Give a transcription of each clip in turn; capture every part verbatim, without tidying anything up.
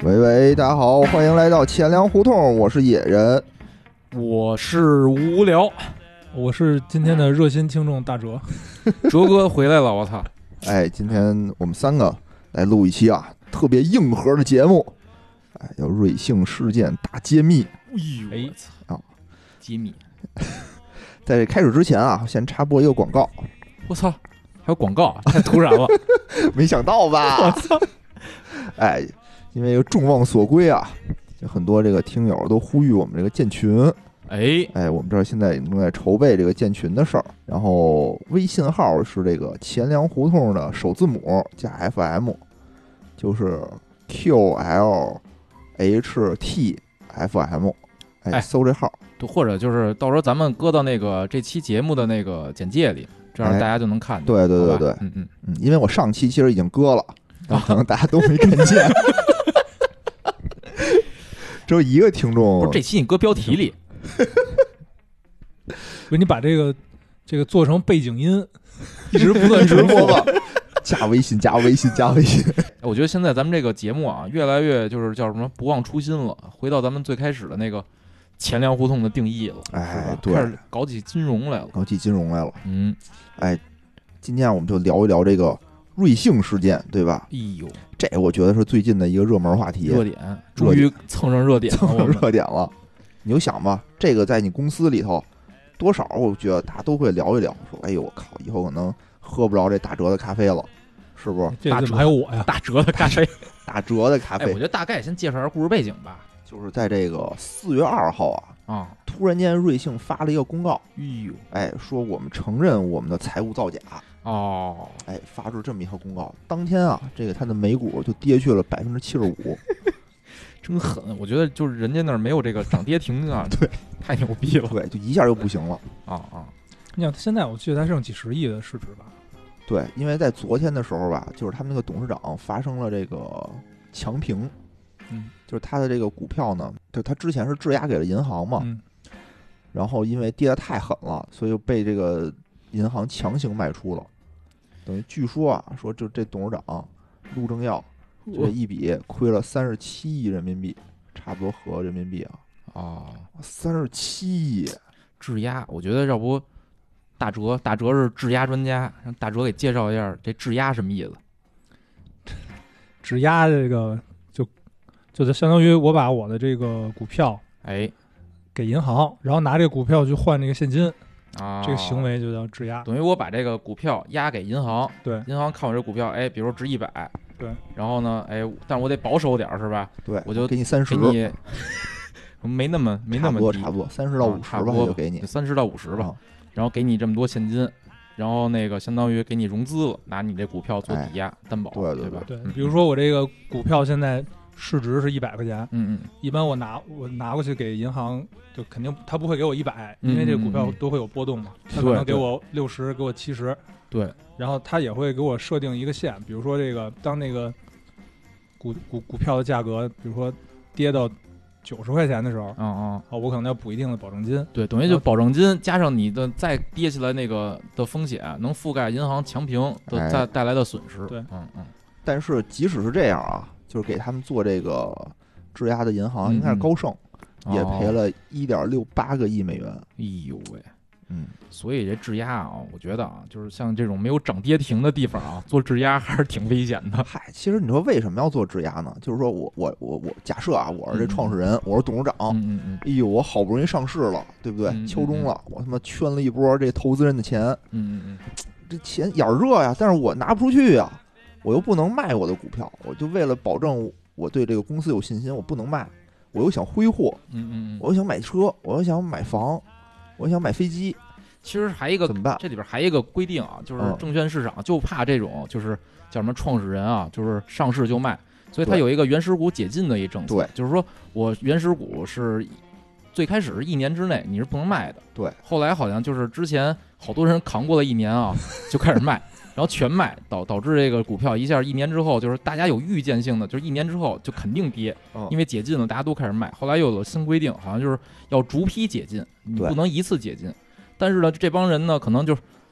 喂喂，大家好，欢迎来到钱粮胡同，我是野人， 我是无聊， 我是今天的热心听众大哲， 哲哥回来了，我操！ 哎，今天我们三个来录一期啊特别硬核的节目，哎，叫瑞幸事件大揭秘。 哎呦，我操！ 啊， 揭秘。 在这开始之前啊，先插播一个广告。 我操，还有广告，太突然了， 没想到吧？ 我操！ 哎，因为众望所归啊，很多这个听友都呼吁我们这个建群。 哎哎，我们这儿现在正在筹备这个建群的事儿，然后微信号是这个钱粮胡同的首字母加 F M， 就是 Q L H T F M， 哎， 哎搜这号， 或者就是到时候咱们搁到那个这期节目的那个简介里，这样大家就能看见。 对对对对， 嗯嗯嗯，因为我上期其实已经搁了，但可能大家都没看见，只有一个听众。 不是这期你搁标题里。 不是你把这个这个做成背景音，一直不断直播吧。 加微信，加微信，加微信。 我觉得现在咱们这个节目啊，越来越就是叫什么不忘初心了，回到咱们最开始的那个钱粮胡同的定义了。 哎，对， 开始搞起金融来了， 搞起金融来了。 嗯， 哎，今天我们就聊一聊这个瑞幸事件，对吧？ 哎呦， 这我觉得是最近的一个热门话题， 热点，终于蹭上热点了， 蹭上热点了。你就想吧，这个在你公司里头，多少我觉得大家都会聊一聊，说，哎呦我靠，以后可能喝不着这打折的咖啡了，是不是？ 这怎么还有我呀？ 打折的咖啡， 打折的咖啡。 哎，我觉得大概先介绍一下故事背景吧。 就是在这个四月二号啊， 啊， 突然间瑞幸发了一个公告， 哎呦， 哎，说我们承认我们的财务造假。 哦， 哎，发出这么一条公告，当天啊，这个它的美股就跌去了百分之七十五。 真狠！我觉得就是人家那儿没有这个涨跌停啊， 对， 太牛逼了， 对，就一下就不行了啊啊！ 你想现在我记得它剩几十亿的市值吧？ 对，因为在昨天的时候吧，就是他们那个董事长发生了这个强平， 嗯， 就是他的这个股票呢，就他之前是质押给了银行嘛， 嗯， 然后因为跌得太狠了，所以被这个银行强行卖出了，等于据说啊，说就这董事长陆正耀。这一笔亏了三十七亿人民币，差不多合人民币啊啊， 三十七亿质押。我觉得要不大哲，大哲是质押专家，让大哲给介绍一下这质押什么意思？ 质押这个就就相当于我把我的这个股票哎给银行，然后拿这个股票去换这个现金。 啊， 这个行为就叫质押， 等于我把这个股票押给银行， 对， 银行看我这股票，哎，比如说值一百， 对， 然后呢，哎，但是我得保守点是吧？ 对， 我就给你三十， 给你没那么没那么低， 差不多三十到五十吧，就给你三十到五十吧， 啊、 然后给你这么多现金，然后那个相当于给你融资了，拿你这股票做抵押、哎、担保， 对对吧？ 对，比如说我这个股票现在市值是一百块钱， 嗯嗯， 一般我拿我拿过去给银行，就肯定他不会给我一百，因为这个股票都会有波动嘛， 嗯、 他可能给我六十，给我七十， 对， 然后他也会给我设定一个线，比如说这个当那个股股股票的价格，比如说跌到九十块钱的时候， 嗯嗯， 啊，我可能要补一定的保证金， 对，等于就保证金加上你的再跌下来那个的风险，能覆盖银行强平的带带来的损失， 对， 嗯嗯， 但是即使是这样啊。就是给他们做这个质押的银行，应该是高盛， 嗯、 也赔了一点六八个亿美元。 哎呦喂， 嗯， 所以这质押啊，我觉得啊，就是像这种没有涨跌停的地方啊，做质押还是挺危险的。 嗨，其实你说为什么要做质押呢？就是说我我我我假设啊，我是这创始人，嗯、我是董事长， 嗯嗯嗯， 哎呦，我好不容易上市了，对不对？ 嗯嗯秋中了，我他妈圈了一波这投资人的钱， 嗯嗯嗯， 这钱眼热呀，但是我拿不出去呀。我又不能卖我的股票，我就为了保证我对这个公司有信心，我不能卖，我又想挥霍， 嗯嗯， 我又想买车，我又想买房，我又想买飞机。 其实还一个怎么办？ 这里边还一个规定啊，就是证券市场就怕这种就是叫什么创始人啊，就是上市就卖，所以它有一个原始股解禁的一政策， 对， 就是说我原始股是最开始是一年之内你是不能卖的， 对， 后来好像就是之前好多人扛过了一年啊，就开始卖。然后全卖导导致这个股票一下一年之后，就是大家有预见性的，就是一年之后就肯定跌， 嗯、 因为解禁了，大家都开始卖。后来又有了新规定，好像就是要逐批解禁，你不能一次解禁。但是呢，这帮人呢，可能就是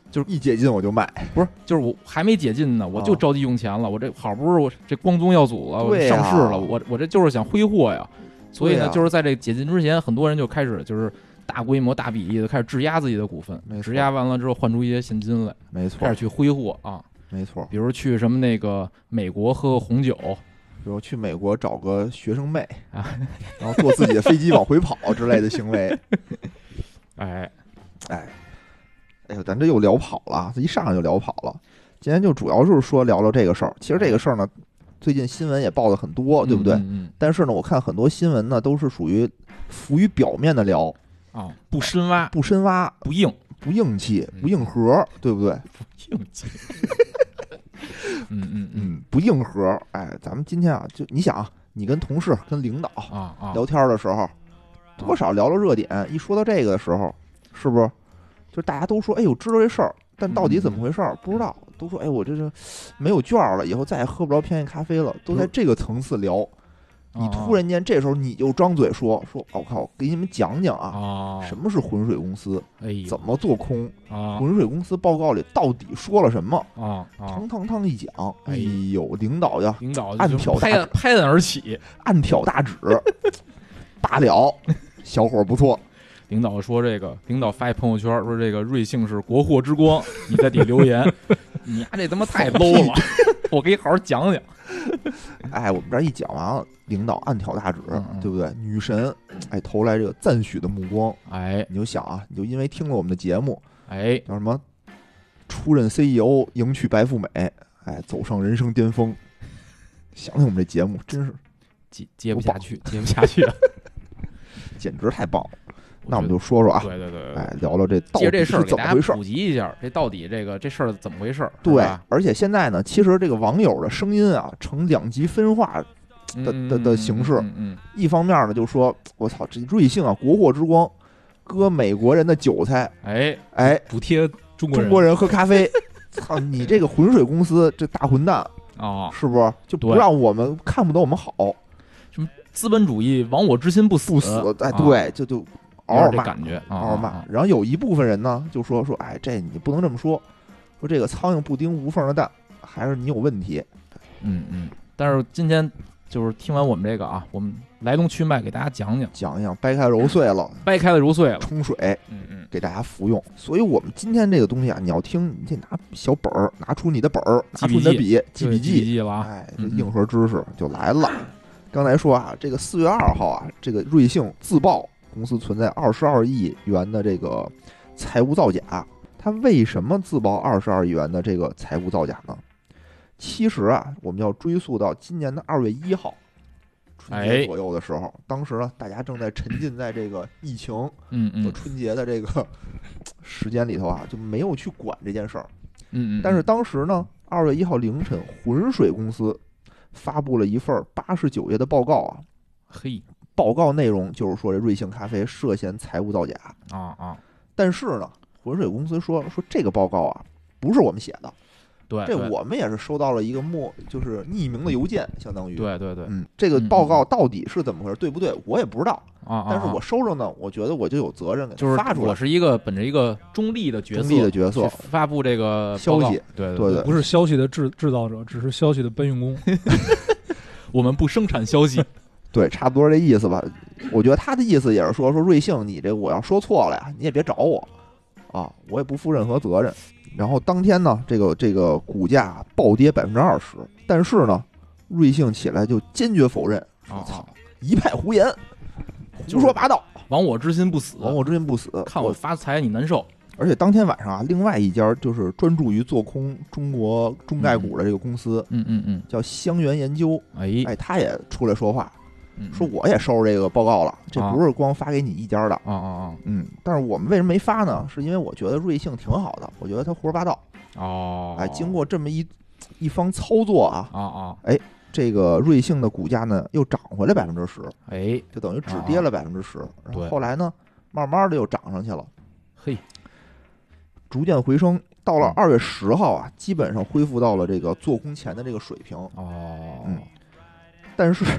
就是一解禁我就卖， 不是，就是我还没解禁呢，我就着急用钱了。我这好不容易我这光宗耀祖了，我对呀上市了，我我这就是想挥霍呀。所以呢， 对呀就是在这解禁之前，很多人就开始就是大规模、大比例的开始质押自己的股份， 没错质押完了之后换出一些现金来， 没错开始去挥霍啊。 没错， 比如去什么那个美国喝个红酒， 比如去美国找个学生妹啊， 然后坐自己的飞机往回跑之类的行为。 哎哎，哎呦，咱这又聊跑了，这一上来就聊跑了。今天就主要就是说聊聊这个事儿。其实这个事儿呢，最近新闻也报的很多，对不对？ 嗯嗯但是呢，我看很多新闻呢都是属于浮于表面的聊， 啊，不深挖， 不深挖， 不硬， 不硬气，不硬核，对不对？ 不硬气。嗯嗯嗯嗯，不硬核。哎，咱们今天啊，就你想啊，你跟同事、跟领导啊啊， 聊天的时候，多少聊聊热点。一说到这个的时候，是不是就大家都说，哎呦，知道这事儿，但到底怎么回事儿不知道。都说，哎，我这是没有券了，以后再也喝不着便宜咖啡了，都在这个层次聊。你突然间这时候你就张嘴说说，我靠，给你们讲讲啊，什么是浑水公司，怎么做空，浑水公司报告里到底说了什么啊？ 汤汤汤一讲，哎呦，领导呀， 领导暗挑大拍案而起， 暗挑大指，罢了，小伙不错。 领导说这个，领导发一朋友圈说这个瑞幸是国货之光，你在底留言，你丫这他妈太 low 了，我给你好好讲讲。 哎，我们这一讲完了，领导暗挑大指， 嗯嗯对不对？女神，哎，投来这个赞许的目光， 哎， 你就想啊，你就因为听了我们的节目， 哎， 叫什么？出任 C E O， 迎娶白富美，哎，走上人生巅峰。想想我们这节目，真是接接不下去，接不下去了， 简直太棒了。那我们就说说啊， 对对对， 哎，聊聊这到底是怎么回事， 普及一下，这到底这个这事儿怎么回事？ 对，而且现在呢，其实这个网友的声音啊，呈两极分化的的的形式。 嗯嗯， 一方面呢，就说我操，这瑞幸啊，国货之光，割美国人的韭菜， 哎哎， 补贴中国人中国人喝咖啡，操你这个浑水公司这大混蛋啊， 是不是就不让我们看不得我们好？ 什么资本主义亡我之心不死不死？哎，对，就就。嗷嗷骂， 感觉嗷嗷骂。然后有一部分人呢，就说说，哎，这你不能这么说，说这个苍蝇不叮无缝的蛋，还是你有问题。 嗯嗯。但是今天就是听完我们这个啊，我们来龙去脉给大家讲讲， 讲一讲，掰开揉碎了， 掰开了揉碎了， 冲水， 嗯嗯， 给大家服用。所以我们今天这个东西啊，你要听，你得拿小本儿，拿出你的本儿，拿出你的笔，记笔记， 记了啊。 哎，这硬核知识就来了。刚才说啊，这个四月二号啊，这个瑞幸自曝。公司存在二十二亿元的这个财务造假，它为什么自曝二十二亿元的这个财务造假呢？其实啊，我们要追溯到今年的二月一号春节左右的时候，哎、当时呢，大家正在沉浸在这个疫情和春节的这个时间里头啊，就没有去管这件事儿。 嗯嗯。 但是当时呢，二月一号凌晨，浑水公司发布了一份八十九页的报告啊， 嘿。 报告内容就是说，这瑞幸咖啡涉嫌财务造假啊啊！ 但是呢，浑水公司说说这个报告啊不是我们写的， 对， 这我们也是收到了一个默就是匿名的邮件，相当于对对对， 嗯，这个报告到底是怎么回事，对不对？我也不知道啊， 但是我收着呢，我觉得我就有责任给就是发出来。 我是一个本着一个中立的角色， 中立的角色发布这个消息， 对对对， 不是消息的制制造者，只是消息的搬运工。 我们不生产消息。 对，差不多这意思吧。我觉得他的意思也是说，说瑞幸，你这我要说错了呀，你也别找我啊，我也不负任何责任。然后当天呢，这个这个股价暴跌百分之二十，但是呢，瑞幸起来就坚决否认，说操，一派胡言，胡说八道， 亡我之心不死， 亡我之心不死， 看我发财你难受。 而且当天晚上啊，另外一家就是专注于做空中国中概股的这个公司， 嗯嗯嗯， 叫香源研究， 哎哎，他也出来说话。说我也收着这个报告了，这不是光发给你一家的啊啊啊！ 嗯，但是我们为什么没发呢？是因为我觉得瑞幸挺好的，我觉得他胡说八道哦。 哎，经过这么一一方操作啊啊啊！ 哎，这个瑞幸的股价呢又涨回来百分之十， 哎， 就等于只跌了百分之十。然后后来呢，慢慢的又涨上去了， 嘿， 逐渐回升。到了二月十号啊，基本上恢复到了这个做空前的这个水平哦。 嗯，但是。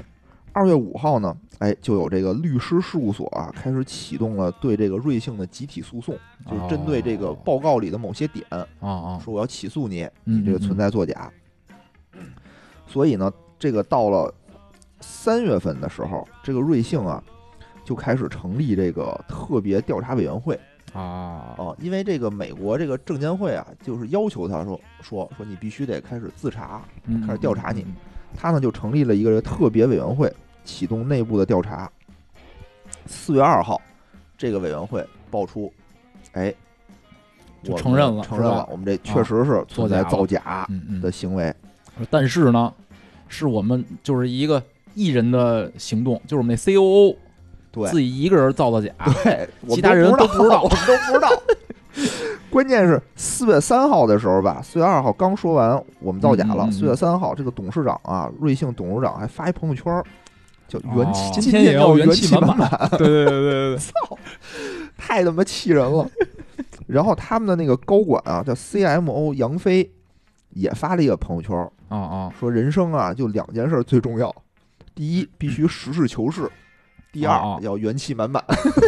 二月五号呢，哎，就有这个律师事务所啊，开始启动了对这个瑞幸的集体诉讼，就是针对这个报告里的某些点， 啊啊， 说我要起诉你， 嗯你这个存在作假。所以呢，这个到了三月份的时候，这个瑞幸啊，就开始成立这个特别调查委员会啊啊，因为这个美国这个证监会啊，就是要求他说说说你必须得开始自查， 嗯开始调查你。 嗯他呢就成立了一个特别委员会，启动内部的调查。四月二号，这个委员会爆出，哎， 就承认了， 承认了，我们这确实是存在造假的行为。 嗯嗯、但是呢，是我们就是一个艺人的行动，就是我们那 C O O 对自己一个人造的假， 对， 其他人都不知道， 我们都不知道。关键是四月三号的时候吧，四月二号刚说完我们造假了，四、嗯嗯、月三号这个董事长啊，瑞幸董事长还发一朋友圈，叫元气， 哦、 今天也要元气满满。对对对对对， 操，太他妈气人了。然后他们的那个高管啊，叫 C M O 杨飞，也发了一个朋友圈， 啊啊， 说人生啊就两件事最重要，第一必须实事求是，第二、 啊、 要元气满满。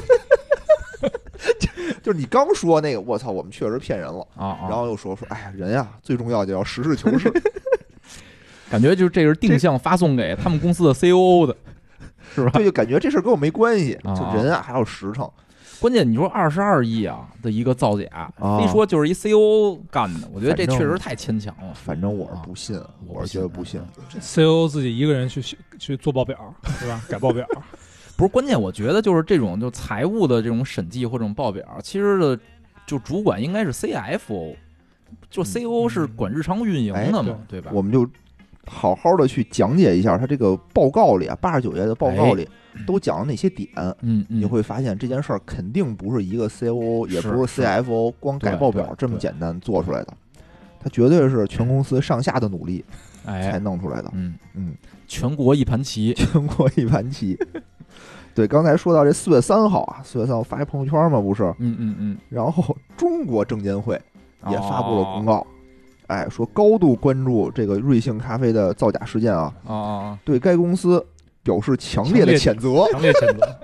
就是你刚说那个，我操，我们确实骗人了啊！ 然后又说说，哎呀，人呀最重要就要实事求是。 感觉就是这是定向发送给他们公司的 C O O 的，是吧？ 对，就感觉这事跟我没关系， 啊、 就人啊还有实诚。 关键你说二十二亿啊的一个造假， 啊、 非说就是一 C O O 干的，我觉得这确实太牵强了。 反正我是不信，啊、我是觉得不信。 C O O 自己一个人去去做报表，是吧？改报表。 不是关键，我觉得就是这种就财务的这种审计或者这种报表，其实的就主管应该是 C F O， 就 C O O 是管日常运营的嘛， 嗯、 对吧？ 我们就好好的去讲解一下他这个报告里啊，八十九页的报告里都讲了哪些点。 嗯， 你会发现这件事儿肯定不是一个 C O O， 也不是 C F O 光改报表这么简单做出来的，它绝对是全公司上下的努力才弄出来的。 嗯嗯， 全国一盘棋， 全国一盘棋。对，刚才说到这四月三号啊，四月三号发一朋友圈嘛，不是？ 嗯嗯嗯。 然后中国证监会也发布了公告，哦、哎，说高度关注这个瑞幸咖啡的造假事件啊， 啊啊， 对该公司表示强烈的谴责， 强烈谴责。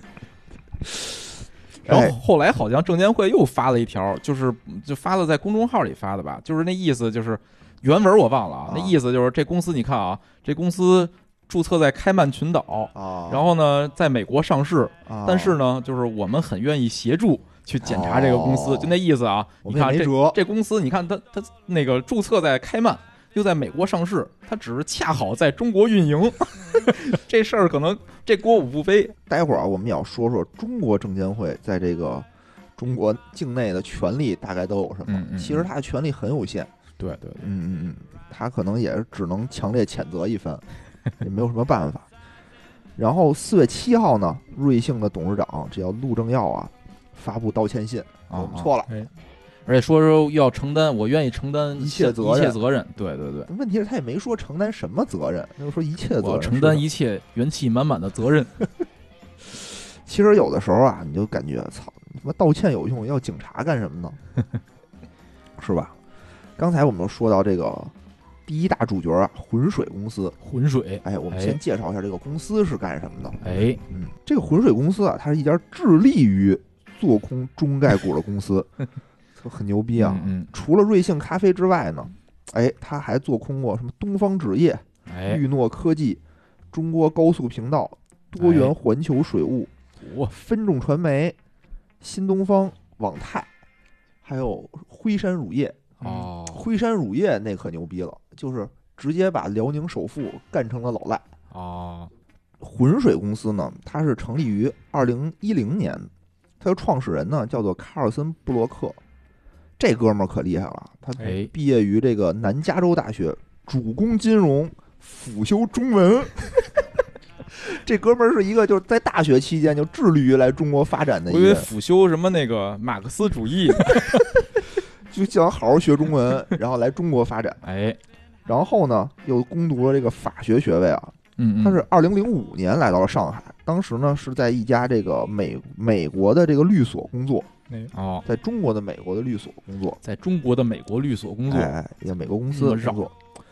然后后来好像证监会又发了一条，就是就发了在公众号里发的吧，就是那意思就是原文我忘了啊， 啊那意思就是这公司你看啊，这公司。注册在开曼群岛， 啊、 然后呢，在美国上市， 啊、 但是呢，就是我们很愿意协助去检查这个公司， 哦、 就那意思啊。你看这这公司，你看它它那个注册在开曼，又在美国上市，它只是恰好在中国运营，这事儿可能这锅我不背。 待会儿啊，我们也要说说中国证监会在这个中国境内的权利大概都有什么。 嗯嗯、 其实它的权利很有限。 对对对， 嗯嗯嗯，它可能也只能强烈谴责一番。也没有什么办法。然后四月七号呢，瑞幸的董事长这叫陆正耀啊，发布道歉信， 啊、 我们错了， 哎， 而且说说要承担，我愿意承担一切责任， 一切责任。对对对。 问题是他也没说承担什么责任，他就说一切责任， 我承担一切元气满满的责任。 其实有的时候啊，你就感觉操，他妈道歉有用，要警察干什么呢？是吧？刚才我们说到这个。第一大主角啊，浑水公司。 浑水， 哎，我们先介绍一下这个公司是干什么的。 哎， 嗯，这个浑水公司啊，它是一家致力于做空中概股的公司，很牛逼啊。 嗯， 除了瑞幸咖啡之外呢，哎，它还做空过什么东方纸业、 哎、 裕诺科技、中国高速频道、多元环球水务、 哇、哎、 分众传媒、新东方、网泰，还有辉山乳业。 哦， 辉山乳业那可牛逼了，就是直接把辽宁首富干成了老赖。 哦， 浑水公司呢，它是成立于二零一零年，它的创始人呢叫做卡尔森布洛克，这哥们儿可厉害了，他毕业于这个南加州大学，主攻金融，辅修中文。这哥们儿是一个就是在大学期间就致力于来中国发展的一个， 我以为辅修什么那个马克思主义。 就想好好学中文，然后来中国发展。 哎， 然后呢，又攻读了这个法学学位啊。 嗯， 他是二零零五年来到了上海，当时呢是在一家这个美美国的这个律所工作。 哦， 在中国的美国的律所工作， 在中国的美国律所工作， 哎，一个美国公司工作。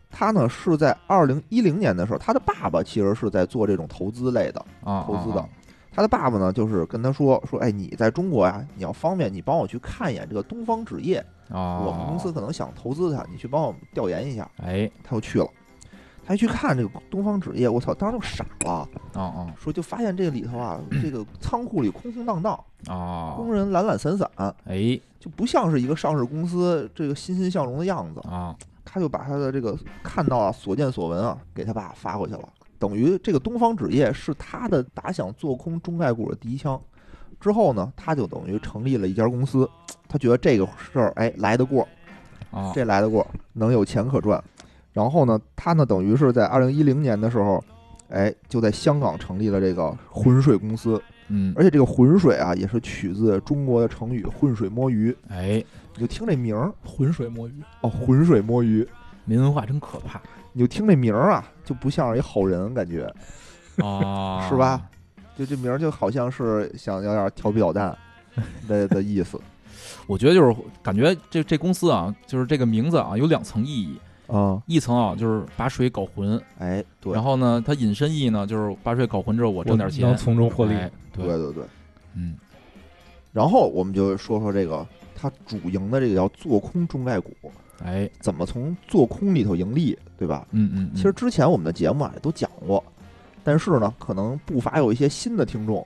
他呢是在二零一零年的时候，他的爸爸其实是在做这种投资类的啊， 投资的。 啊啊他的爸爸呢，就是跟他说说，哎，你在中国呀，你要方便，你帮我去看一眼这个东方纸业， 啊， 我们公司可能想投资它，你去帮我们调研一下。 哎， 他就去了，他一去看这个东方纸业，我操，当时就傻了， 啊啊说就发现这个里头啊，这个仓库里空空荡荡， 啊， 工人懒懒散散， 哎， 就不像是一个上市公司这个欣欣向荣的样子啊。 他就把他的这个看到啊所见所闻啊给他爸发过去了，等于这个东方纸业是他的打响做空中概股的第一枪。之后呢，他就等于成立了一家公司，他觉得这个事儿哎来得过， 啊， 这来得过，能有钱可赚。然后呢，他呢等于是在二零一零年的时候，哎就在香港成立了这个浑水公司。 嗯， 而且这个浑水啊，也是取自中国的成语浑水摸鱼。 哎， 你就听这名儿， 浑水摸鱼哦，浑水摸鱼， 民文化真可怕。 你就听这名儿啊，就不像是一好人，感觉啊， 是吧？就这名儿就好像是想有点调皮捣蛋的的意思。 我觉得就是感觉这这公司啊，就是这个名字啊有两层意义啊， 一层啊就是把水搞浑， 哎，对， 然后呢，它引申意义呢就是把水搞浑之后我挣点钱， 能从中获利。 哎、对对对对， 嗯。 然后我们就说说这个它主营的这个叫做空中概股， 哎， 怎么从做空里头盈利，对吧？ 嗯嗯， 其实之前我们的节目啊也都讲过，但是呢，可能不乏有一些新的听众，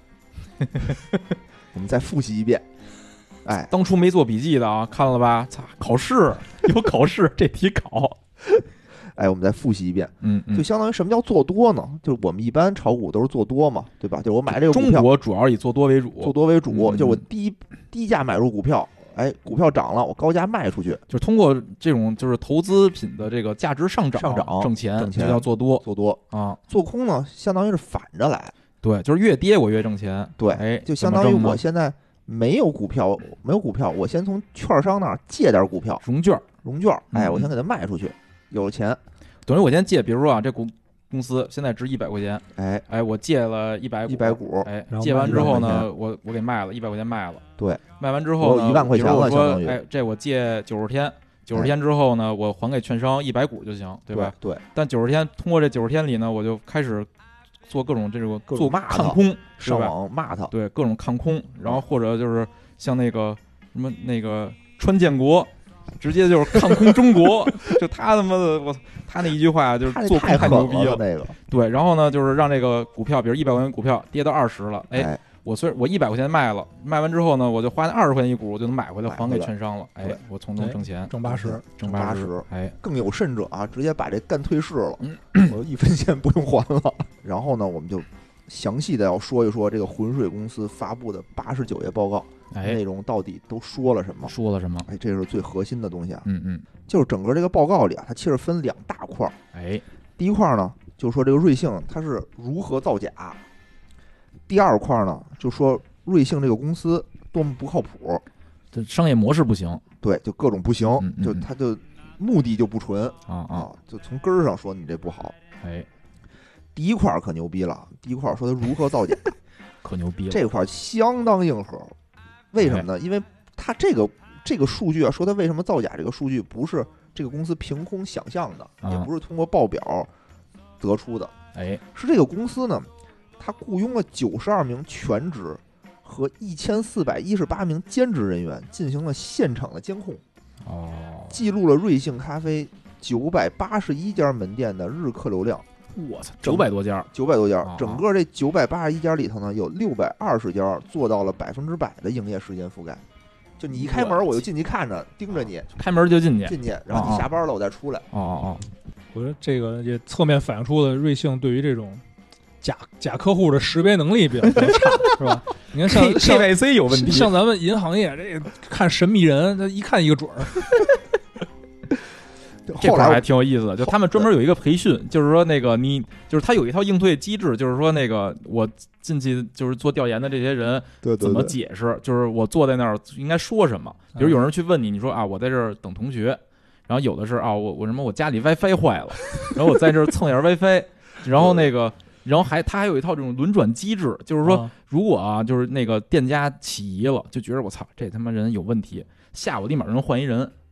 我们再复习一遍。哎， 当初没做笔记的啊，看了吧？操，考试有考试，这题考。 哎，我们再复习一遍， 嗯，嗯就相当于什么叫做多呢？就是我们一般炒股都是做多嘛，对吧？就是我买这个股票， 中国主要以做多为主， 做多为主， 嗯、 就是我低低价买入股票，哎，股票涨了，我高价卖出去， 就是通过这种就是投资品的这个价值上涨上涨挣钱， 挣钱就叫做多做多啊。 做空呢，相当于是反着来， 对，就是越跌我越挣钱。 对， 哎， 就相当于我现在没有股票，没有股票，我先从券商那儿借点股票， 融券， 融券，哎， 嗯、 我先给它卖出去，有了钱。 等于我先借，比如说啊，这股公司现在值一百块钱， 哎哎，我借了一百一百股， 哎，借完之后呢，我我给卖了一百块钱卖了， 对， 卖完之后呢， 我有一万块钱了，相当于， 哎，这我借九十天，九十天之后呢，我还给券商一百股就行，对吧？ 对。 但九十天通过这九十天里呢，我就开始做各种这种做骂看空， 上网骂他， 对，各种看空，然后或者就是像那个什么那个川建国。直接就是看空中国，就他他妈的我，他那一句话就是做空太牛逼了。 那个对，然后呢，就是让这个股票，比如一百块钱股票跌到二十了，哎， 哎我虽然我一百块钱卖了，卖完之后呢，我就花那二十块钱一股，我就能买回来还给券商了，哎，我从中挣钱， 挣八十， 挣八十，哎， 更有甚者啊，直接把这干退市了，我一分钱不用还了。然后呢，我们就详细的要说一说这个浑水公司发布的八十九页报告。 哎， 内容到底都说了什么？ 说了什么？ 哎，这是最核心的东西啊。 嗯嗯， 就是整个这个报告里啊，它其实分两大块。 哎， 第一块呢，就说这个瑞幸它是如何造假；第二块呢，就说瑞幸这个公司多么不靠谱， 这商业模式不行。 对，就各种不行， 嗯嗯、 就它就目的就不纯啊啊， 就从根儿上说你这不好。 哎， 第一块可牛逼了，第一块说它如何造假， 可牛逼了， 这块相当硬核。为什么呢？因为它这个这个数据啊，说它为什么造假，这个数据不是这个公司凭空想象的， 啊、 也不是通过报表得出的， 哎， 是这个公司呢，它雇佣了九十二名全职和一千四百一十八名兼职人员，进行了现场的监控， 哦， 记录了瑞幸咖啡九百八十一家门店的日客流量。 我操，九百多家， 九百多家， 啊、 整个这九百八十一家里头呢，有六百二十家做到了百分之百的营业时间覆盖。就你一开门，我就进去看着，盯着你， 开门就进去， 进去，然后你下班了，我再出来。 哦哦哦， 我觉得这个也侧面反映出了瑞幸对于这种假假客户的识别能力比较差，是吧？你看像 K Y C 有问题， 像咱们银行业这看神秘人，他一看一个准儿。 这块还挺有意思的，就他们专门有一个培训，就是说那个你就是他有一套应对机制，就是说那个我进去就是做调研的这些人怎么解释，就是我坐在那儿应该说什么。比如有人去问你，你说啊我在这儿等同学，然后有的是啊我我什么我家里 WiFi 坏了，然后我在这儿蹭一下 WiFi， 然后那个然后还他还有一套这种轮转机制，就是说如果啊就是那个店家起疑了，就觉得我操这他妈人有问题，下午立马人换一人。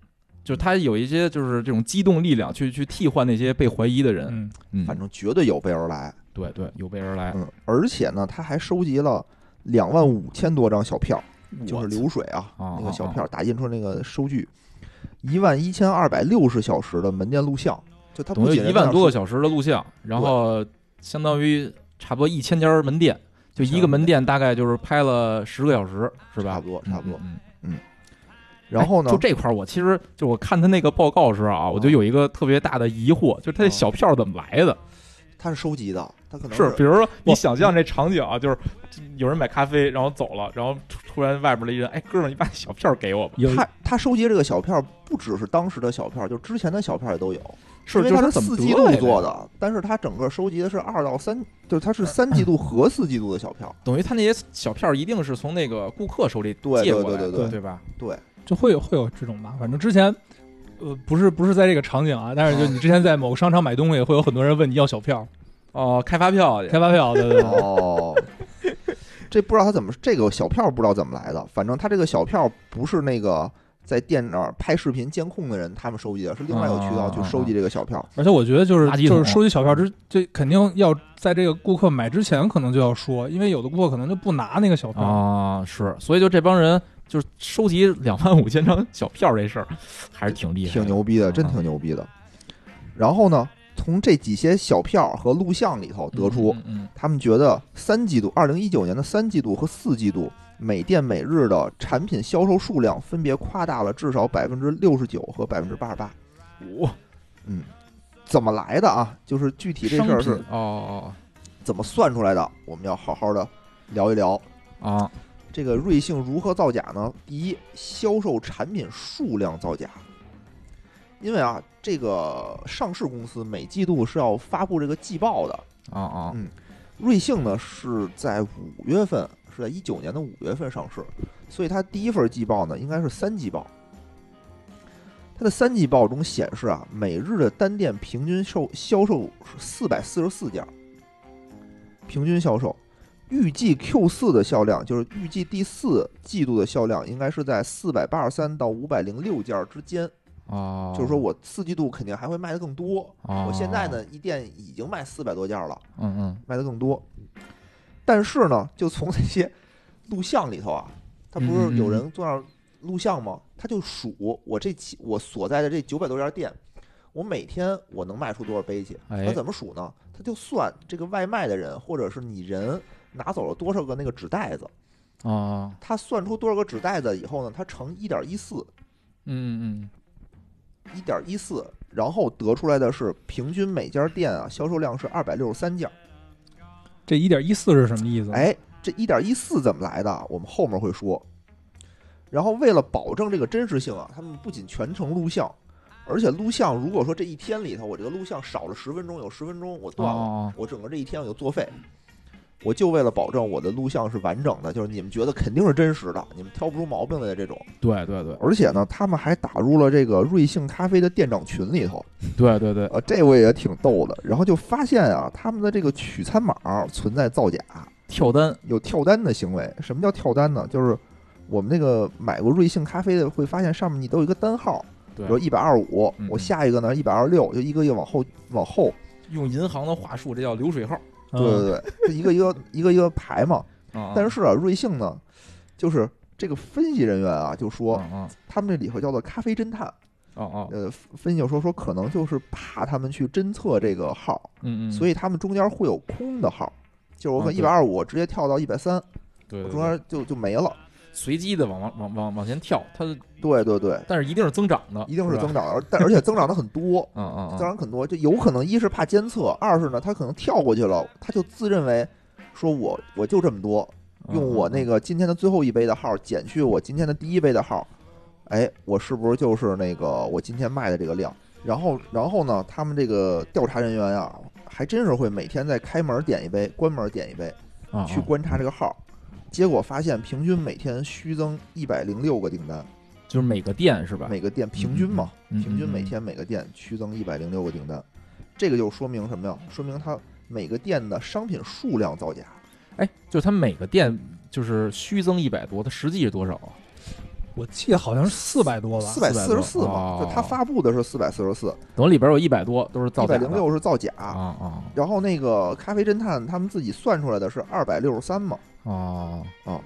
就是他有一些就是这种机动力量去去替换那些被怀疑的人， 嗯嗯， 反正绝对有备而来。 对对，有备而来。 嗯，而且呢，他还收集了两万五千多张小票，就是流水啊，那个小票打印出那个收据，一万一千二百六十小时的门店录像，就他不仅一万多个小时的录像，然后相当于差不多一千家门店，就一个门店大概就是拍了十个小时，是吧？ 差不多，差不多。 嗯嗯。然后呢？ 就这块儿，我其实就我看他那个报告时啊，我就有一个特别大的疑惑，就是他这小票怎么来的？ 他是收集的，他可能是比如说你想象这场景啊，就是有人买咖啡，然后走了，然后突然外边的一人，哎，哥们儿，你把小票给我吧。 他他收集这个小票不只是当时的小票，就之前的小票也都有。 是， 因为它是四季度做的，但是它整个收集的是二到三，就是它是三季度和四季度的小票， 等于他那些小票一定是从那个顾客手里借过来的， 对对对对对吧？ 对， 就会有会有这种吧。反正之前，呃，不是不是在这个场景啊，但是就你之前在某个商场买东西，会有很多人问你要小票， 哦，开发票， 开发票，对对对。 哦，这不知道他怎么这个小票不知道怎么来的，反正他这个小票不是那个。在店那儿拍视频监控的人，他们收集的是另外有渠道去收集这个小票， 而且我觉得就是就是收集小票之，这肯定要在这个顾客买之前可能就要说，因为有的顾客可能就不拿那个小票啊，是，所以就这帮人就是收集两万五千张小票这事儿还是挺厉害， 挺牛逼的，真挺牛逼的。然后呢，从这几些小票和录像里头得出， 嗯嗯嗯他们觉得三季度，二零一九年的三季度和四季度。每店每日的产品销售数量分别夸大了至少百分之六十九和百分之八十八。 哇， 嗯，怎么来的啊？就是具体这事儿是哦哦怎么算出来的？我们要好好的聊一聊啊。 这个瑞幸如何造假呢？第一，销售产品数量造假。因为啊，这个上市公司每季度是要发布这个季报的。 啊啊， 嗯，瑞幸呢是在五月份。是在一九年的五月份上市，所以它第一份季报呢应该是三季报。它的三季报中显示啊，每日的单店平均售销售是四百四十四件，平均销售。预计 Q 四 的销量，就是预计第四季度的销量，应该是在四百八十三到五百零六件之间。 哦， 就是说我四季度肯定还会卖得更多。 哦， 我现在呢，一店已经卖四百多件了， 嗯嗯， 卖得更多。但是呢，就从这些录像里头啊，他不是有人坐那儿录像吗？他就数我这期我所在的这九百多家店，我每天我能卖出多少杯去？他怎么数呢？他就算这个外卖的人，或者是你人拿走了多少个那个纸袋子啊？ 他算出多少个纸袋子以后呢，他乘一点一四， 嗯嗯， 一点一四，然后得出来的是平均每家店啊销售量是二百六十三件。 这一点一四是什么意思？ 哎，这一点一四怎么来的？我们后面会说。然后为了保证这个真实性啊，他们不仅全程录像，而且录像如果说这一天里头我这个录像少了十分钟，有十分钟我断了， 哦、 我整个这一天我就作废。我就为了保证我的录像是完整的，就是你们觉得肯定是真实的，你们挑不出毛病来的这种。 对对对， 而且呢，他们还打入了这个瑞幸咖啡的店长群里头。 对对对， 呃，这我也挺逗的。然后就发现啊，他们的这个取餐码存在造假、 跳单， 有跳单的行为。什么叫跳单呢？就是我们那个买过瑞幸咖啡的会发现上面你都有一个单号，比如一百二十五，我下一个呢一百二十六，就一个一个往后往后。 用银行的话术，这叫流水号。 对对对，就一个一个一个一个排嘛。但是啊，瑞幸呢，就是这个分析人员啊，就说他们这里头叫做咖啡侦探。 哦哦， 呃，分析就说说可能就是怕他们去侦测这个号， 嗯嗯， 所以他们中间会有空的号，就是我可能一百二十五直接跳到一百三， 对， 中间就就没了， 随机的往往往往往前跳，它对对对， 但是一定是增长的， 一定是增长的，但而且增长的很多， 嗯嗯， 增长很多，就有可能一是怕监测，二是呢他可能跳过去了，他就自认为说我我就这么多，用我那个今天的最后一杯的号减去我今天的第一杯的号。哎，我是不是就是那个我今天卖的这个量？然后，然后呢，他们这个调查人员啊，还真是会每天在开门点一杯，关门点一杯，去观察这个号。结果发现，平均每天虚增一百零六个订单， 就是每个店是吧？ 每个店平均嘛， 嗯、 平均每天每个店虚增一百零六个订单，这个就说明什么呀？说明它每个店的商品数量造假。 哎，就是它每个店就是虚增一百多，它实际是多少啊？ 我记得好像是四百多吧， 四百四十四嘛，就它发布的是四百四十四， 等里边有一百多都是造假， 一百零六是造假啊啊。 然后那个咖啡侦探他们自己算出来的是二百六十三嘛， 哦哦。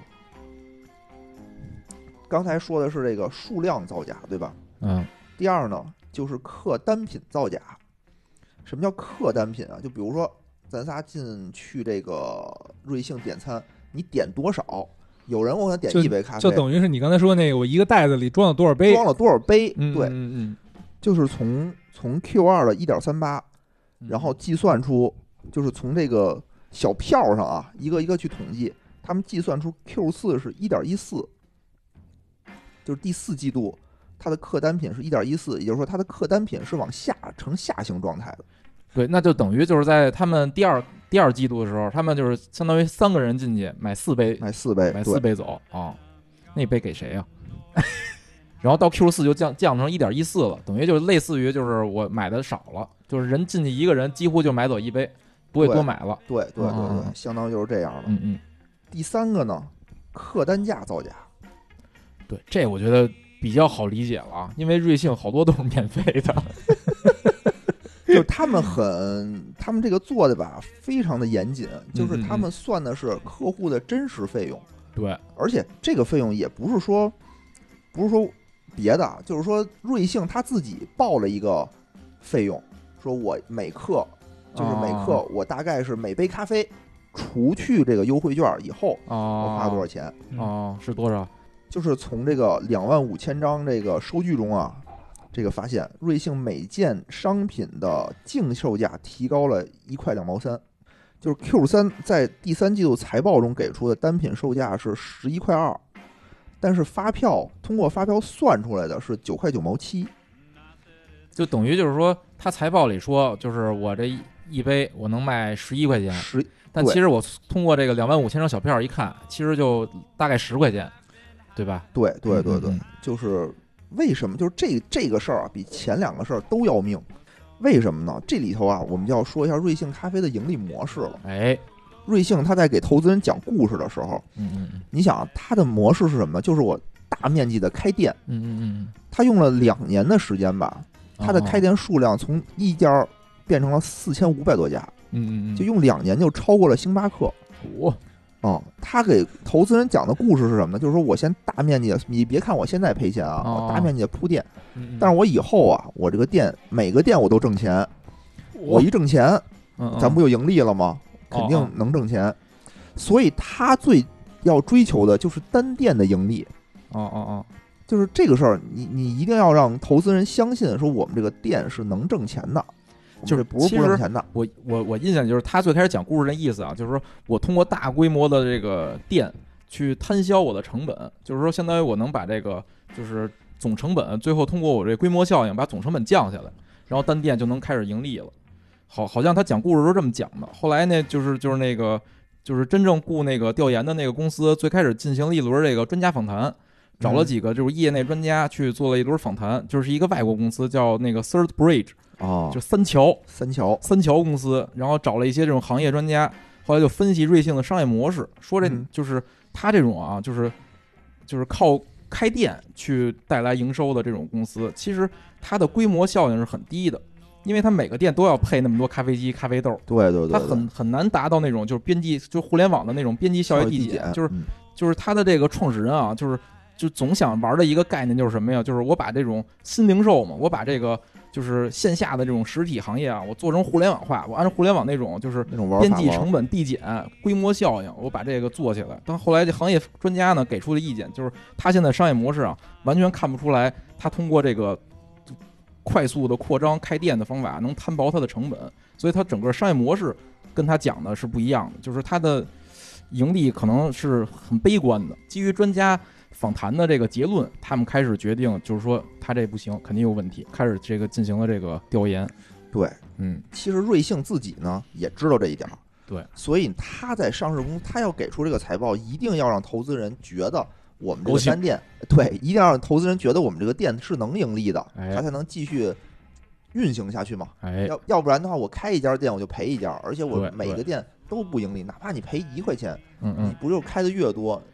刚才说的是这个数量造假，对吧？ 嗯。 第二呢，就是客单品造假。什么叫客单品啊？就比如说，咱仨进去这个瑞幸点餐，你点多少？有人我想点一杯咖啡， 就等于是你刚才说那个，我一个袋子里装了多少杯？ 装了多少杯？ 嗯、 对， 嗯嗯， 就是从从 Q 二 的 一点三八，然后计算出，就是从这个小票上啊，一个一个去统计，他们计算出 Q 四 是 一点一四。就是第四季度，它的客单品是 一点一四，也就是说它的客单品是往下呈下行状态的。 对，那就等于就是在他们第二第二季度的时候，他们就是相当于三个人进去买四杯， 买四杯， 买四杯走啊、哦。那杯给谁呀、啊？然后到 Q 四就降降成 一点一四 了，等于就是类似于就是我买的少了，就是人进去一个人几乎就买走一杯，不会多买了。 对对对对， 嗯、 相当就是这样的。 嗯嗯。 第三个呢，客单价造假。 对，这我觉得比较好理解了，因为瑞幸好多都是免费的， 就是他们很，他们这个做的吧，非常的严谨，就是他们算的是客户的真实费用。 对， 而且这个费用也不是说，不是说别的，就是说瑞幸他自己报了一个费用，说我每克就是每克我大概是每杯咖啡除去这个优惠券以后，我花多少钱？ 哦，是多少？ 就是从这个两万五千张这个收据中啊，这个发现瑞幸每件商品的净售价提高了一块两毛三，就是 Q 三在第三季度财报中给出的单品售价是十一块二，但是发票通过发票算出来的是九块九毛七， 就等于就是说，他财报里说，就是我这一杯我能卖十一块钱， 十， 但其实我通过这个两万五千张小票一看，其实就大概十块钱。对吧？ 对对对对， 嗯嗯嗯就是为什么？就是这这个事儿啊，比前两个事儿都要命。为什么呢？这里头啊，我们就要说一下瑞幸咖啡的盈利模式了。 哎， 瑞幸他在给投资人讲故事的时候， 嗯嗯嗯， 你想他的模式是什么呢？就是我大面积的开店， 嗯嗯嗯， 他用了两年的时间吧，他的开店数量从一家变成了四千五百多家， 嗯嗯嗯， 就用两年就超过了星巴克。 哇！ 哦，他给投资人讲的故事是什么呢？就是说我先大面积的，你别看我现在赔钱啊， 哦、 我大面积的铺店， 嗯、 但是我以后啊，我这个店每个店我都挣钱，我一挣钱， 嗯、 咱不就盈利了吗？ 嗯、 肯定能挣钱，哦、所以他最要追求的就是单店的盈利。 哦哦哦， 就是这个事儿，你你一定要让投资人相信，说我们这个店是能挣钱的。 就是不是不挣钱的。 我我我印象就是他最开始讲故事的意思啊，就是说我通过大规模的这个店去摊销我的成本，就是说相当于我能把这个就是总成本最后通过我这规模效应把总成本降下来，然后单店就能开始盈利了。好，好像他讲故事都这么讲的。后来呢，就是就是那个就是真正雇那个调研的那个公司，最开始进行了一轮这个专家访谈，找了几个就是业内专家去做了一轮访谈，就是一个外国公司叫那个 Third Bridge。 哦， 就三桥， 三桥， 三桥公司，然后找了一些这种行业专家，后来就分析瑞幸的商业模式，说这就是他这种啊，就是就是靠开店去带来营收的这种公司，其实它的规模效应是很低的，因为它每个店都要配那么多咖啡机、咖啡豆， 对对对， 它很很难达到那种就是边际，就互联网的那种边际效益递减，就是就是它的这个创始人啊，就是就总想玩的一个概念就是什么呀？就是我把这种新零售嘛，我把这个。就是线下的这种实体行业啊，我做成互联网化，我按照互联网那种就是边际成本递减、规模效应，我把这个做起来。但后来这行业专家呢给出的意见就是，他现在商业模式啊，完全看不出来他通过这个快速的扩张开店的方法能摊薄它的成本，所以他整个商业模式跟他讲的是不一样的，就是他的盈利可能是很悲观的。基于专家访谈的这个结论，他们开始决定，就是说他这不行，肯定有问题，开始这个进行了这个调研。 对， 嗯， 其实瑞幸自己呢也知道这一点， 对， 所以他在上市公司，他要给出这个财报，一定要让投资人觉得我们这个单店，对，一定要让投资人觉得我们这个店是能盈利的， 哎、 他才能继续运行下去嘛。 哎， 要要不然的话，我开一家店我就赔一家，而且我每个对店都不盈利，哪怕你赔一块钱， 嗯嗯， 你不就开的越多，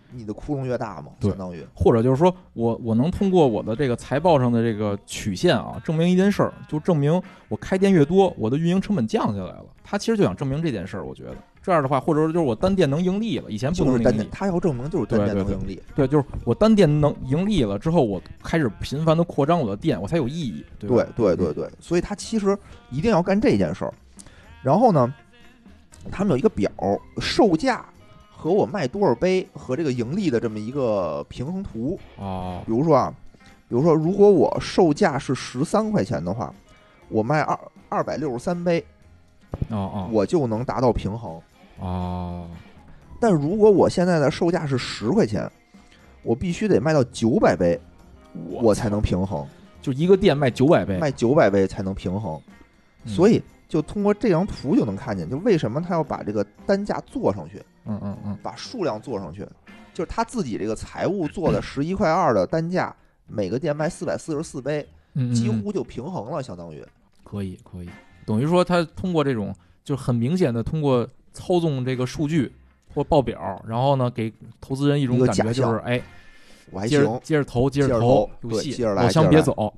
你的窟窿越大嘛，相当于。 或者就是说我我能通过我的这个财报上的这个曲线啊，证明一件事儿，就证明我开店越多，我的运营成本降下来了。他其实就想证明这件事儿，我觉得这样的话，或者说就是我单店能盈利了，以前不能盈利， 就是他要证明就是单店能盈利。 对， 对， 对，就是我单店能盈利了之后，我开始频繁的扩张我的店，我才有意义。对对对对对，所以他其实一定要干这件事儿。然后呢，他们有一个表，售价和我卖多少杯和这个盈利的这么一个平衡图啊。 比如说啊，比如说如果我售价是十三块钱的话，我卖二二百六十三杯， 哦哦， 我就能达到平衡啊。 但如果我现在的售价是十块钱，我必须得卖到九百杯，我才能平衡。 就一个店卖九百杯， 卖九百杯才能平衡。 嗯、 所以就通过这张图就能看见，就为什么他要把这个单价做上去， 嗯嗯嗯， 把数量做上去，就是他自己这个财务做的十一块二的单价，每个店卖四百四十四杯， 嗯嗯， 几乎就平衡了，相当于。 可以可以，等于说他通过这种就很明显的通过操纵这个数据或报表，然后呢给投资人一种感觉就是哎， 我还行， 接着投接着投， 有戏，老乡别走。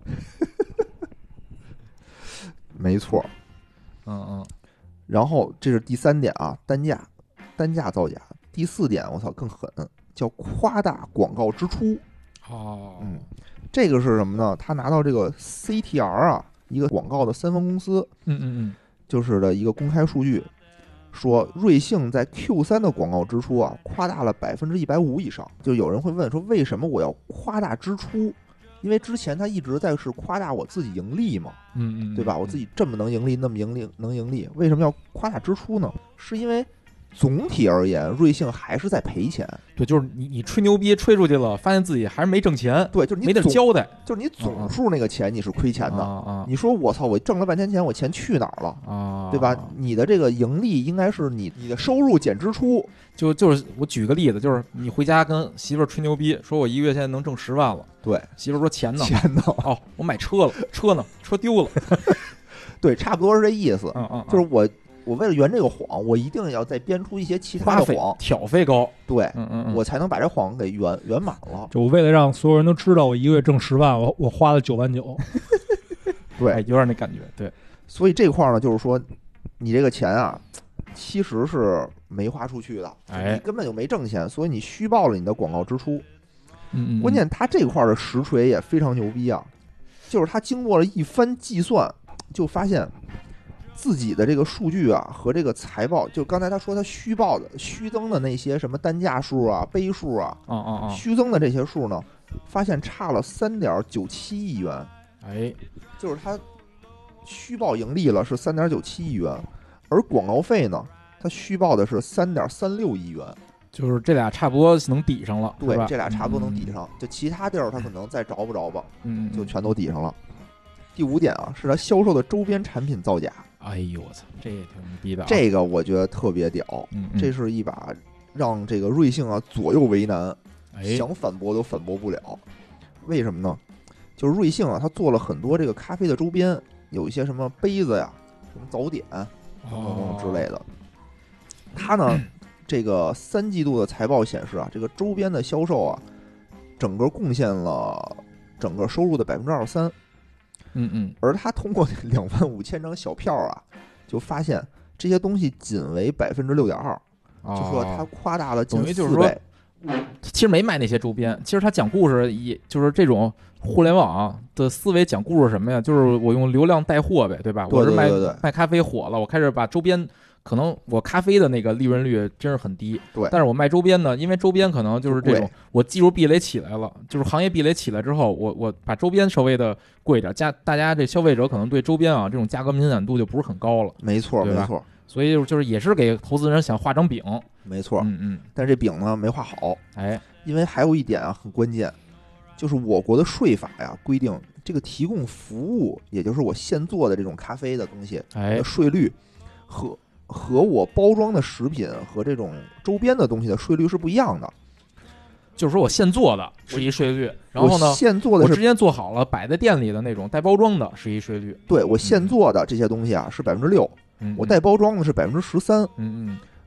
没错， 嗯嗯。 然后这是第三点啊，单价单价造假。第四点，我操更狠，叫夸大广告支出。 哦， 嗯，这个是什么呢？他拿到这个 C T R 啊，一个广告的三方公司， 嗯嗯嗯， 就是的一个公开数据，说瑞幸在 Q 三的广告支出啊，夸大了百分之一百五以上。就有人会问说，为什么我要夸大支出？因为之前他一直在是夸大我自己盈利嘛， 嗯嗯， 对吧？我自己这么能盈利，那么盈利能盈利，为什么要夸大支出呢？是因为总体而言，瑞幸还是在赔钱。 对，就是你你吹牛逼吹出去了，发现自己还是没挣钱。 对，就是你没得交代， 就是你总数那个钱你是亏钱的。 啊啊、 你说我操，我挣了半天钱，我钱去哪儿了啊？ 对吧？你的这个盈利应该是你你的收入减支出。 就就是我举个例子，就是你回家跟媳妇儿吹牛逼，说我一个月现在能挣十万了。 对， 媳妇儿说钱呢？ 钱呢？ 哦，我买车了，车呢？车丢了。 对，差不多是这意思。 嗯嗯， 就是我我为了圆这个谎，我一定要再编出一些其他的谎， 挑费高。 对， 嗯嗯嗯， 我才能把这谎给圆圆满了。 就我为了让所有人都知道我一个月挣十万，我我花了九万九。 对、 哎，有点那感觉。对， 所以这块呢，就是说你这个钱啊，其实是没花出去的， 哎， 你根本就没挣钱，所以你虚报了你的广告支出。 嗯嗯， 关键他这块的实锤也非常牛逼啊，就是他经过了一番计算，就发现自己的这个数据啊和这个财报，就刚才他说他虚报的虚增的那些什么单价数啊、杯数啊， 啊啊啊， 虚增的这些数呢，发现差了三点九七亿元。 哎， 就是他虚报盈利了是三点九七亿元，而广告费呢，他虚报的是三点三六亿元。 就是这俩差不多能抵上了， 对，这俩差不多能抵上，嗯、就其他地儿他可能再着不着吧， 嗯， 就全都抵上了。第五点啊，是他销售的周边产品造假。 哎呦我操，这也挺牛逼的、啊。 这个我觉得特别屌， 嗯嗯， 这是一把让这个瑞幸啊左右为难， 哎、 想反驳都反驳不了。为什么呢？就是瑞幸啊，他做了很多这个咖啡的周边，有一些什么杯子呀、什么早点等等之类的。他呢？这个三季度的财报显示啊，这个周边的销售啊，整个贡献了整个收入的百分之二十三。 嗯嗯， 而他通过两万五千张小票啊，就发现这些东西仅为百分之六点二，就说他夸大了近四倍。 其实没卖那些周边，其实他讲故事，也就是这种互联网的思维讲故事什么呀？就是我用流量带货呗，对吧？ 对对对对， 我是卖卖咖啡火了，我开始把周边。可能我咖啡的那个利润率真是很低， 对。 但是我卖周边呢，因为周边可能就是这种，我技术壁垒起来了，就是行业壁垒起来之后，我我把周边稍微的贵一点，加大家这消费者可能对周边啊这种价格敏感度就不是很高了。 没错，没错。 所以就是也是给投资人想画张饼， 没错， 嗯嗯。 但是这饼呢没画好， 哎， 因为还有一点啊很关键，就是我国的税法呀规定，这个提供服务，也就是我现做的这种咖啡的东西， 哎， 税率和。和我包装的食品和这种周边的东西的税率是不一样的， 就是说我现做的是一税率，然后呢， 现做的我之前做好了摆在店里的那种带包装的是一税率。 对，我现做的这些东西啊是百分之六，我带包装的是百分之十三。 嗯嗯，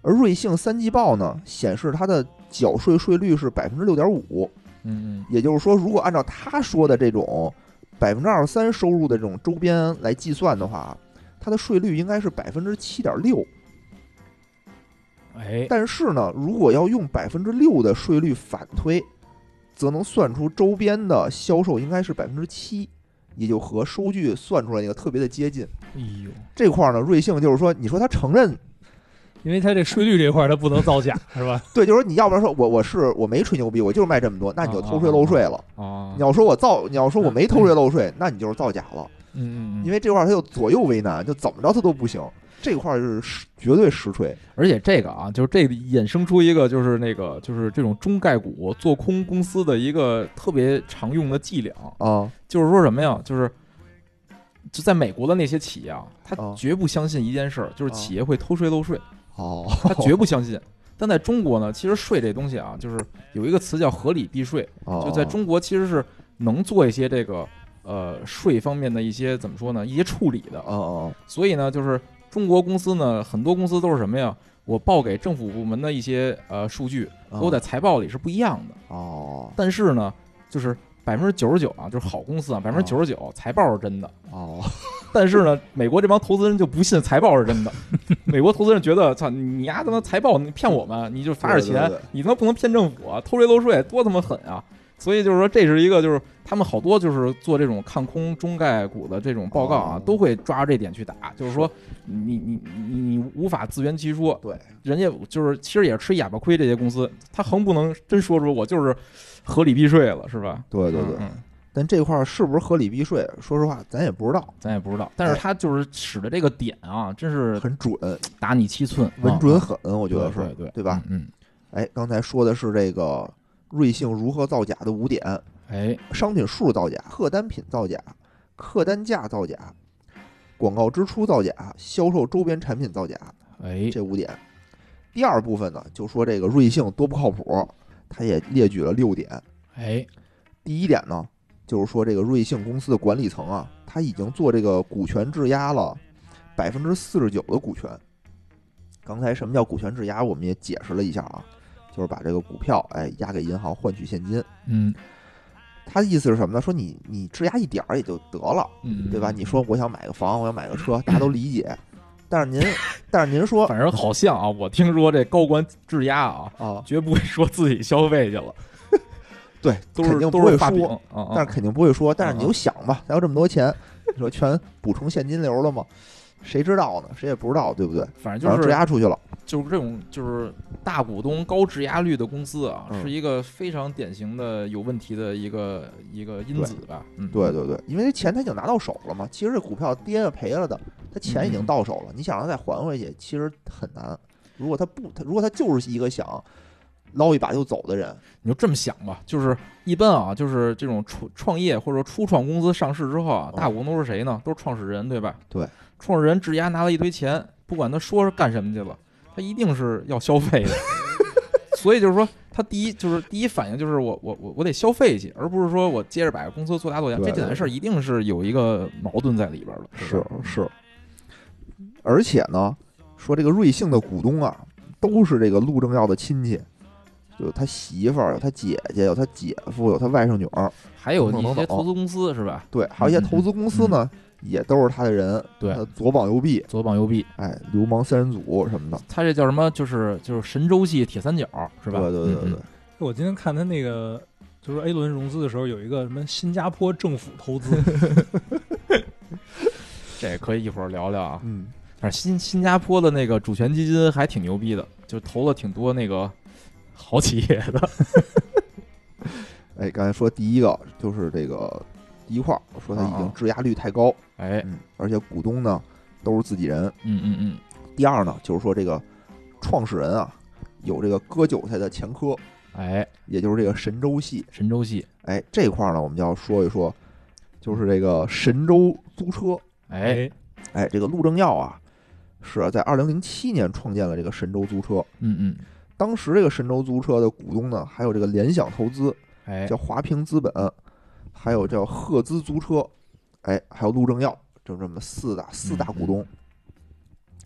而瑞幸三季报呢显示它的缴税税率是百分之六点五， 嗯嗯， 也就是说，如果按照他说的这种百分之二十三收入的这种周边来计算的话，它的税率应该是百分之七点六。 哎， 但是呢，如果要用百分之六的税率反推，则能算出周边的销售应该是百分之七，也就和收据算出来那个特别的接近。 哎呦， 这块呢，瑞幸就是说，你说他承认， 因为他这税率这块他不能造假，是吧？ 对，就是说你要不然说我我是我没吹牛逼，我就是卖这么多，那你就偷税漏税了。 啊， 你要说我造，你要说我没偷税漏税，那你就是造假了。 嗯嗯嗯， 因为这块他就左右为难，就怎么着他都不行。这块是实绝对实锤， 而且这个啊，就是这个衍生出一个，就是那个，就是这种中概股做空公司的一个特别常用的伎俩啊， 就是说什么呀？就是就在美国的那些企业啊，他啊绝不相信一件事儿，就是企业会偷税漏税， 哦， 他绝不相信。但在中国呢，其实税这东西啊，就是有一个词叫合理避税， 哦就在中国其实是能做一些这个呃税方面的一些怎么说呢，一些处理的。 哦哦， 所以呢，就是中国公司呢，很多公司都是什么呀？我报给政府部门的一些呃数据，和我在财报里是不一样的。 哦， 但是呢，就是百分之九十九啊，就是好公司啊，百分之九十九财报是真的。 哦， 但是呢，美国这帮投资人就不信财报是真的。美国投资人觉得，操你丫他妈财报你骗我们，你就发点钱， 对对对你他妈不能骗政府啊，偷税漏税多他妈狠啊！所以就是说，这是一个就是他们好多就是做这种看空中概股的这种报告啊， 哦都会抓着这点去打，就是说你你你你无法自圆其说。 对， 人家就是其实也是吃哑巴亏，这些公司他横不能真说出我就是合理避税了，是吧？ 对对对。 嗯嗯但这块是不是合理避税？说实话，咱也不知道， 咱也不知道。但是他就是使的这个点啊，真是很准， 打你七寸， 稳准狠，我觉得是， 对对对吧？ 嗯， 哎，刚才说的是这个瑞幸如何造假的五点， 哎， 商品数造假，客单品造假，客单价造假，广告支出造假，销售周边产品造假， 哎， 这五点。第二部分呢，就说这个瑞幸多不靠谱，他也列举了六点。 哎， 第一点呢，就是说这个瑞幸公司的管理层啊，他已经做这个股权质押了百分之四十九的股权。刚才什么叫股权质押，我们也解释了一下啊，就是把这个股票哎押给银行换取现金。 嗯， 他的意思是什么呢？说你你质押一点儿也就得了， 嗯， 对吧？你说我想买个房，我想买个车，大家都理解。但是您，但是您说， 反正好像啊，我听说这高管质押啊， 啊， 绝不会说自己消费去了。 对， 都是肯定不都是画饼会说， 啊， 但是肯定不会说。但是你啊就想吧，咱有这么多钱，你说全补充现金流了吗？谁知道呢？谁也不知道，对不对？ 反正就是质押出去了， 就是这种就是大股东高质押率的公司啊， 嗯是一个非常典型的有问题的一个一个因子吧。嗯， 对对对，因为钱他已经拿到手了嘛。其实这股票跌了赔了的，他钱已经到手了，你想让他再还回去，其实很难。如果他不，他如果他就是一个想捞一把就走的人， 你就这么想吧，就是一般啊，就是这种创创业或者说初创公司上市之后啊， 嗯大股东都是谁呢？都是创始人，对吧？ 对， 创始人质押拿了一堆钱，不管他说是干什么去了，他一定是要消费的。所以就是说，他第一就是第一反应就是我我我我得消费去，而不是说我接着把个公司做大做强。 对这两件事儿一定是有一个矛盾在里边的。 是是。而且呢，说这个瑞幸的股东啊，都是这个陆正耀的亲戚。有他媳妇儿，有他姐姐，有他姐夫，有他外甥女儿， 还有一些投资公司是吧？ 对，还有一些投资公司呢，嗯、也都是他的人。 对， 他左膀右臂， 左膀右臂， 哎，流氓三人组什么的。 他这叫什么？就是就是神州系铁三角是吧？ 对对对对对。 嗯、 我今天看他那个，就是 A 轮融资的时候，有一个什么新加坡政府投资， 这可以一会儿聊聊啊。 嗯， 反正新新加坡的那个主权基金还挺牛逼的，就投了挺多那个。好企业的， 哎，刚才说第一个就是这个第一块，说他已经质押率太高， 哎、 嗯，而且股东呢都是自己人， 嗯嗯嗯。 第二呢，就是说这个创始人啊有这个割韭菜的前科， 哎， 也就是这个神州系， 神州系， 哎，这块呢我们就要说一说，就是这个神州租车， 哎哎，这个陆正耀啊是在二零零七年创建了这个神州租车， 嗯嗯。 当时这个神州租车的股东呢，还有这个联想投资， 哎， 叫华平资本，还有叫赫兹租车，哎，还有陆正耀，就这么四大四大股东。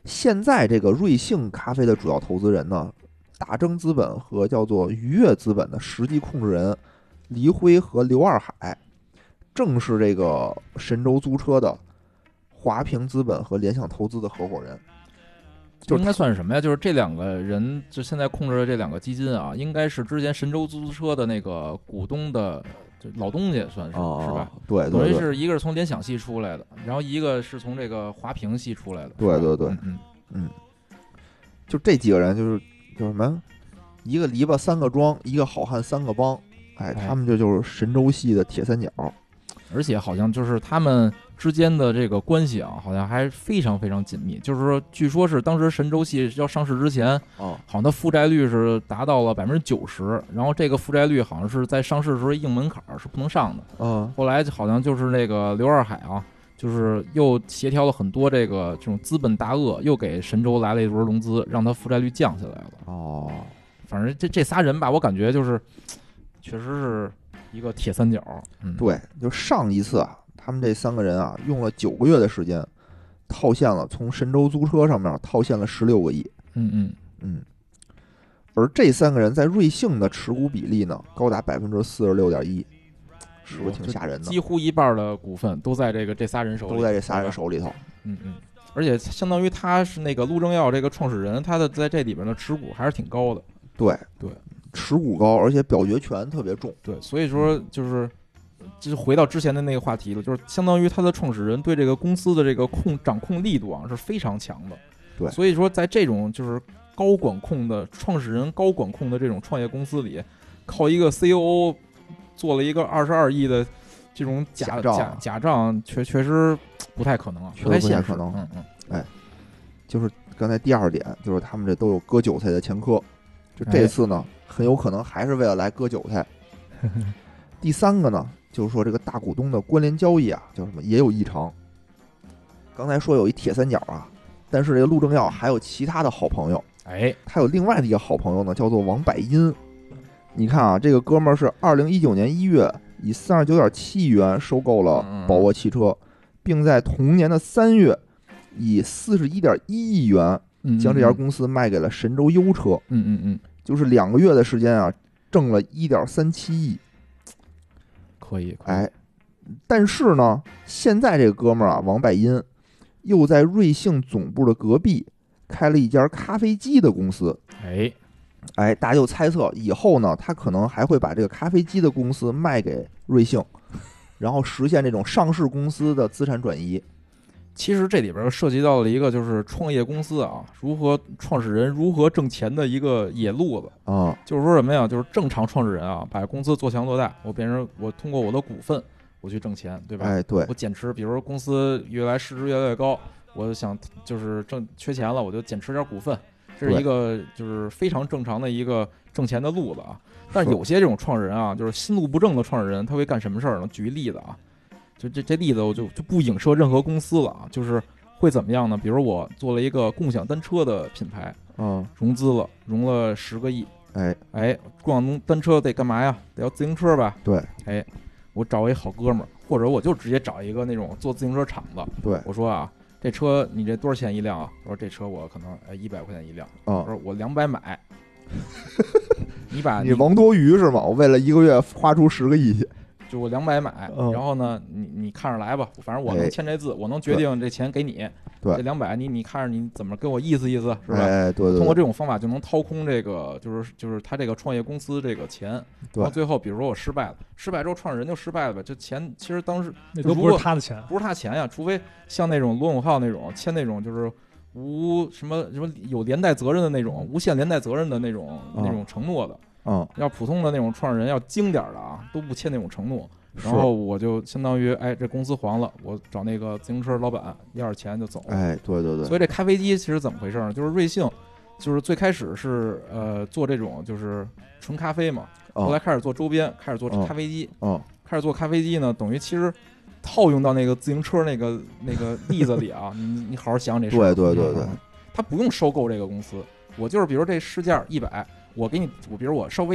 现在这个瑞幸咖啡的主要投资人呢，大正资本和叫做愉悦资本的实际控制人黎辉和刘二海，正是这个神州租车的华平资本和联想投资的合伙人。 就应该算是什么呀？就是这两个人，就现在控制的这两个基金啊，应该是之前神州租车的那个股东的就老东家，算是、 哦、 是吧？ 对对对， 等于是一个是从联想系出来的，然后一个是从这个华平系出来的。 对对对， 嗯嗯，就这几个人就是叫什么？一个篱笆三个桩，一个好汉三个帮。哎，他们这就是神州系的铁三角。 而且好像就是他们之间的这个关系啊，好像还非常非常紧密。就是说，据说是当时神州系要上市之前， 哦， 好像它负债率是达到了百分之九十，然后这个负债率好像是在上市的时候硬门槛是不能上的。 嗯， 后来好像就是那个刘二海啊，就是又协调了很多这个这种资本大鳄，又给神州来了一轮融资，让它负债率降下来了。 哦， 反正这这仨人吧，我感觉就是确实是一个铁三角。嗯， 对，就上一次啊，他们这三个人啊，用了九个月的时间，套现了从神州租车上面套现了十六个亿。 嗯嗯嗯。而这三个人在瑞幸的持股比例呢，高达百分之四十六点一，是不是挺吓人的？ 几乎一半的股份都在这个这仨人手里， 都在这仨人手里头。 嗯嗯。而且相当于他是那个陆正耀这个创始人，他的在这里边的持股还是挺高的。 对对， 持股高，而且表决权特别重。 对，所以说就是就是回到之前的那个话题了，就是相当于他的创始人对这个公司的这个控掌控力度啊是非常强的。 对， 所以说在这种就是高管控的创始人高管控的这种创业公司里，靠一个 C O O 做了一个二十二亿的这种假账假假账，确确实不太可能啊， 确实不太现实可能。 嗯嗯， 哎，就是刚才第二点，就是他们这都有割韭菜的前科，就这次呢， 哎、 很有可能还是为了来割韭菜。第三个呢，就是说这个大股东的关联交易啊，叫什么也有异常。刚才说有一铁三角啊，但是这个陆正耀还有其他的好朋友。 哎， 他有另外的一个好朋友呢，叫做王百阴。你看啊，这个哥们儿是二零一九年一月以三十九点七亿元收购了宝沃汽车，并在同年的三月以四十一点一亿元将这家公司卖给了神州优车。 嗯嗯嗯， 就是两个月的时间啊，挣了一点三七亿。 可以，可以。 哎，但是呢，现在这个哥们儿啊，王百阴又在瑞幸总部的隔壁开了一家咖啡机的公司。 哎。 哎，大家就猜测以后呢，他可能还会把这个咖啡机的公司卖给瑞幸，然后实现这种上市公司的资产转移。 其实这里边涉及到了一个就是创业公司啊，如何创始人如何挣钱的一个野路子啊、嗯， 就是说什么呀？就是正常创始人啊，把公司做强做大，我变成我通过我的股份我去挣钱，对吧？ 哎，对， 我减持，比如说公司越来市值越来越高，我想就是挣缺钱了，我就减持点股份。这是一个就是非常正常的一个挣钱的路子啊，但是有些这种创始人啊，就是心路不正的创始人，他会干什么事儿呢？举一例子啊，就这这例子我就就不影射任何公司了啊，就是会怎么样呢？比如我做了一个共享单车的品牌， 嗯， 融资了，融了十个亿， 哎哎，共享单车得干嘛呀？得要自行车吧？ 对， 哎，我找一好哥们儿，或者我就直接找一个那种做自行车厂的， 对， 我说啊。这车你这多少钱一辆啊？我说这车我可能呃一百块钱一辆。 嗯、 我说我两百买。你把你王多鱼是吗？我为了一个月花出十个亿去， 就我两百买、 嗯， 然后呢，你你看着来吧，反正我能签这字，哎、我能决定这钱给你。 对， 这两百你你看着你怎么跟我意思意思是吧？ 哎，对 对, 对。 通过这种方法就能掏空这个，就是就是他这个创业公司这个钱。 对。 然后最后比如说我失败了，失败之后创始人就失败了吧？这钱其实当时那都不是他的钱， 不是他钱呀，除非像那种罗永浩那种签那种就是无什么什么有连带责任的那种无限连带责任的那种、嗯、那种承诺的。 嗯， 要普通的那种创始人要精点的啊，都不签那种承诺。然后我就相当于，哎，这公司黄了，我找那个自行车老板要点钱就走。 哎，对对对。 所以这咖啡机其实怎么回事呢？就是瑞幸，就是最开始是呃做这种就是纯咖啡嘛， 哦、 后来开始做周边，开始做咖啡机。 嗯。 开始做咖啡机呢，等于其实套用到那个自行车那个那个例子里啊，你你好好想想这事儿。对对对对。 他不用收购这个公司，我就是比如这市价一百。我给你，我比如我稍微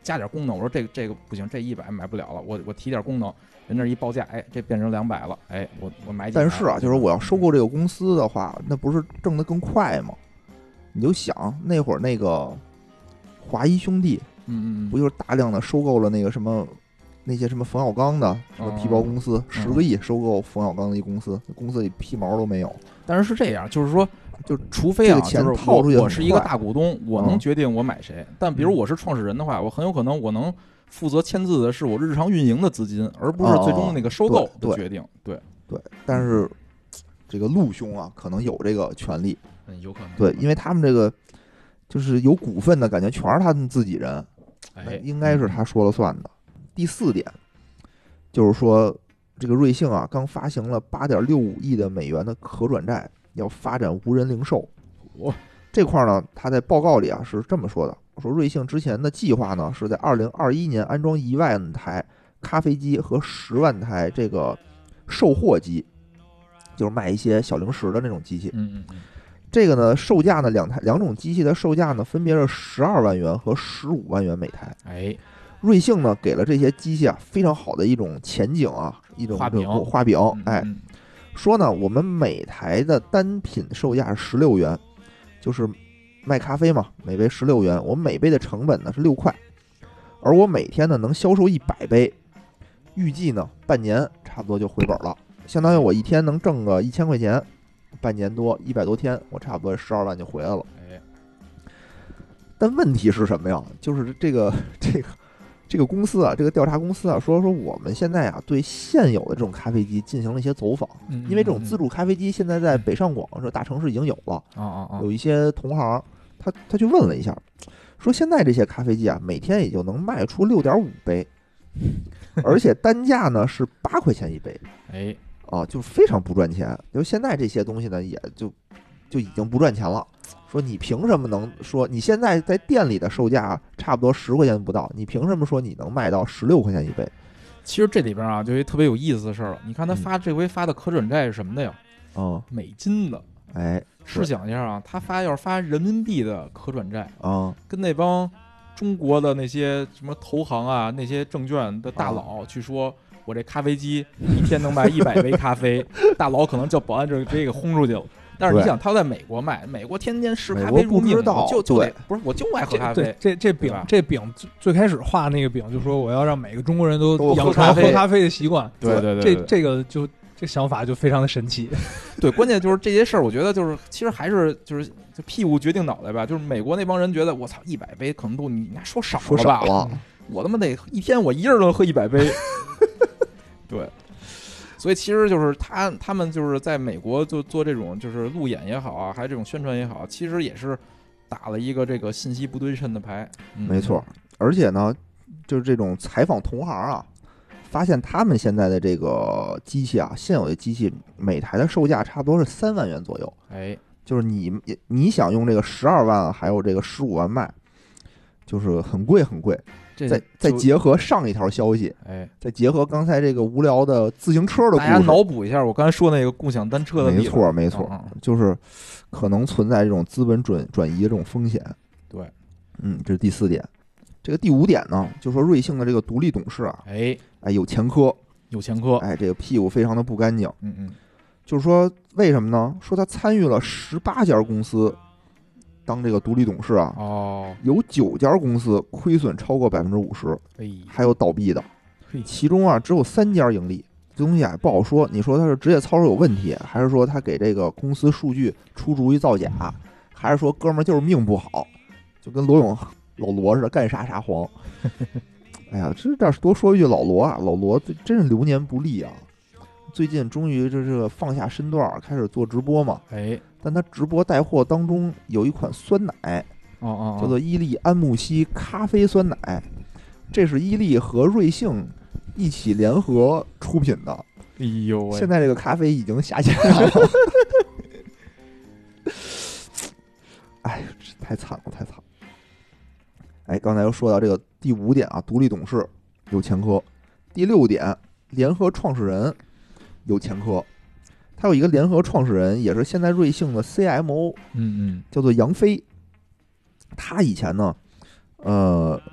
加点功能，我说这个这个不行，这一百买不了了，我我提点功能，人那一报价，哎，这变成两百了，哎，我我买几台。 但是啊，就是我要收购这个公司的话，那不是挣得更快吗？你就想那会儿那个华谊兄弟， 嗯嗯， 不就是大量的收购了那个什么那些什么冯小刚的什么皮包公司，十、哦、个亿收购冯小刚的一公司，公司里屁毛都没有。 但是是这样，就是说，就除非啊， 这个钱套出去， 我是一个大股东，我能决定我买谁。嗯、但比如我是创始人的话，我很有可能我能负责签字的是我日常运营的资金，而不是最终那个收购的决定。哦、对对, 对，但是这个陆兄啊，可能有这个权利。 嗯，有可能。 对，因为他们这个就是有股份的感觉，全是他们自己人， 哎， 应该是他说了算的。嗯、第四点就是说，这个瑞幸啊，刚发行了八点六五亿的美元的可转债，要发展无人零售。我这块呢，他在报告里啊是这么说的：说瑞幸之前的计划呢，是在二零二一年安装一万台咖啡机和十万台这个售货机，就是卖一些小零食的那种机器。 嗯嗯嗯。 这个呢，售价呢，两台两种机器的售价呢，分别是十二万元和十五万元每台。 哎， 瑞幸呢给了这些机器啊非常好的一种前景啊，一种画饼， 画饼。哎， 嗯嗯、 说呢，我们每台的单品售价是十六元，就是卖咖啡嘛，每杯十六元，我每杯的成本呢是六块，而我每天呢能销售一百杯，预计呢半年差不多就回本了，相当于我一天能挣个一千块钱。半年多一百多天，我差不多十二万就回来了。 哎， 但问题是什么呀？就是这个这个这个公司啊，这个调查公司啊，说说我们现在啊对现有的这种咖啡机进行了一些走访， 嗯嗯嗯因为这种自助咖啡机现在在北上广这大城市已经有了。 哦哦哦， 有一些同行他他去问了一下，说现在这些咖啡机啊，每天也就能卖出六点五杯，而且单价呢是八块钱一杯。 哎。 啊，就非常不赚钱。就现在这些东西呢，也就就已经不赚钱了。说你凭什么能说你现在在店里的售价差不多十块钱不到，你凭什么说你能卖到十六块钱一杯？ 其实这里边啊，就一特别有意思的事儿了。你看他发这回发的可转债是什么的呀？ 嗯， 美金的。 哎， 试想一下啊，他发要是发人民币的可转债啊， 跟那帮中国的那些什么投行啊、那些证券的大佬去说。我这咖啡机一天能卖一百杯咖啡，大佬可能叫保安这直接给轰出去了。但是你想，他在美国卖，美国天天视咖啡如命，就就得不是我就爱喝咖啡。 这这饼这饼最开始画那个饼，就说我要让每个中国人都养成喝咖啡的习惯。 对对对， 这这个就这想法就非常的神奇。 对，关键就是这些事儿，我觉得就是其实还是就是就屁股决定脑袋吧。就是美国那帮人觉得我操，一百杯可能都你说少了吧？ 说少了， 我他妈得一天我一人都喝一百杯。对，所以其实就是他他们就是在美国就做这种就是路演也好啊，还是这种宣传也好，其实也是打了一个这个信息不对称的牌。嗯、 没错，而且呢，就是这种采访同行啊，发现他们现在的这个机器啊，现有的机器每台的售价差不多是三万元左右。 哎， 就是你你想用这个十二万还有这个十五万卖，就是很贵很贵。再再结合上一条消息， 哎， 再结合刚才这个无聊的自行车的故事，大家脑补一下我刚才说那个共享单车的例子。 没错没错、 嗯， 就是可能存在这种资本转转移的这种风险。 对， 嗯，这是第四点。这个第五点呢，就说瑞幸的这个独立董事啊， 哎哎有前科， 有前科， 哎，这个屁股非常的不干净。 嗯嗯， 就是说为什么呢？说他参与了十八家公司。当这个独立董事啊， 哦， 有九家公司亏损超过百分之五十，还有倒闭的，其中啊只有三家盈利。这东西啊不好说，你说他是职业操守有问题，还是说他给这个公司数据出主意造假，还是说哥们儿就是命不好，就跟罗永老罗似的，干啥啥黄。哎呀，这这多说一句，老罗啊，老罗真是流年不利啊。最近终于这是放下身段，开始做直播嘛， 哎。 但他直播带货当中有一款酸奶， 哦哦， 叫做伊利安慕希咖啡酸奶，这是伊利和瑞幸一起联合出品的。 哎呦喂！ 现在这个咖啡已经下架了。哎，太惨了，太惨了。哎，刚才又说到这个第五点啊，独立董事有前科；第六点，联合创始人有前科。他有一个联合创始人，也是现在瑞幸的 C M O， 嗯嗯， 叫做杨飞。他以前呢，呃，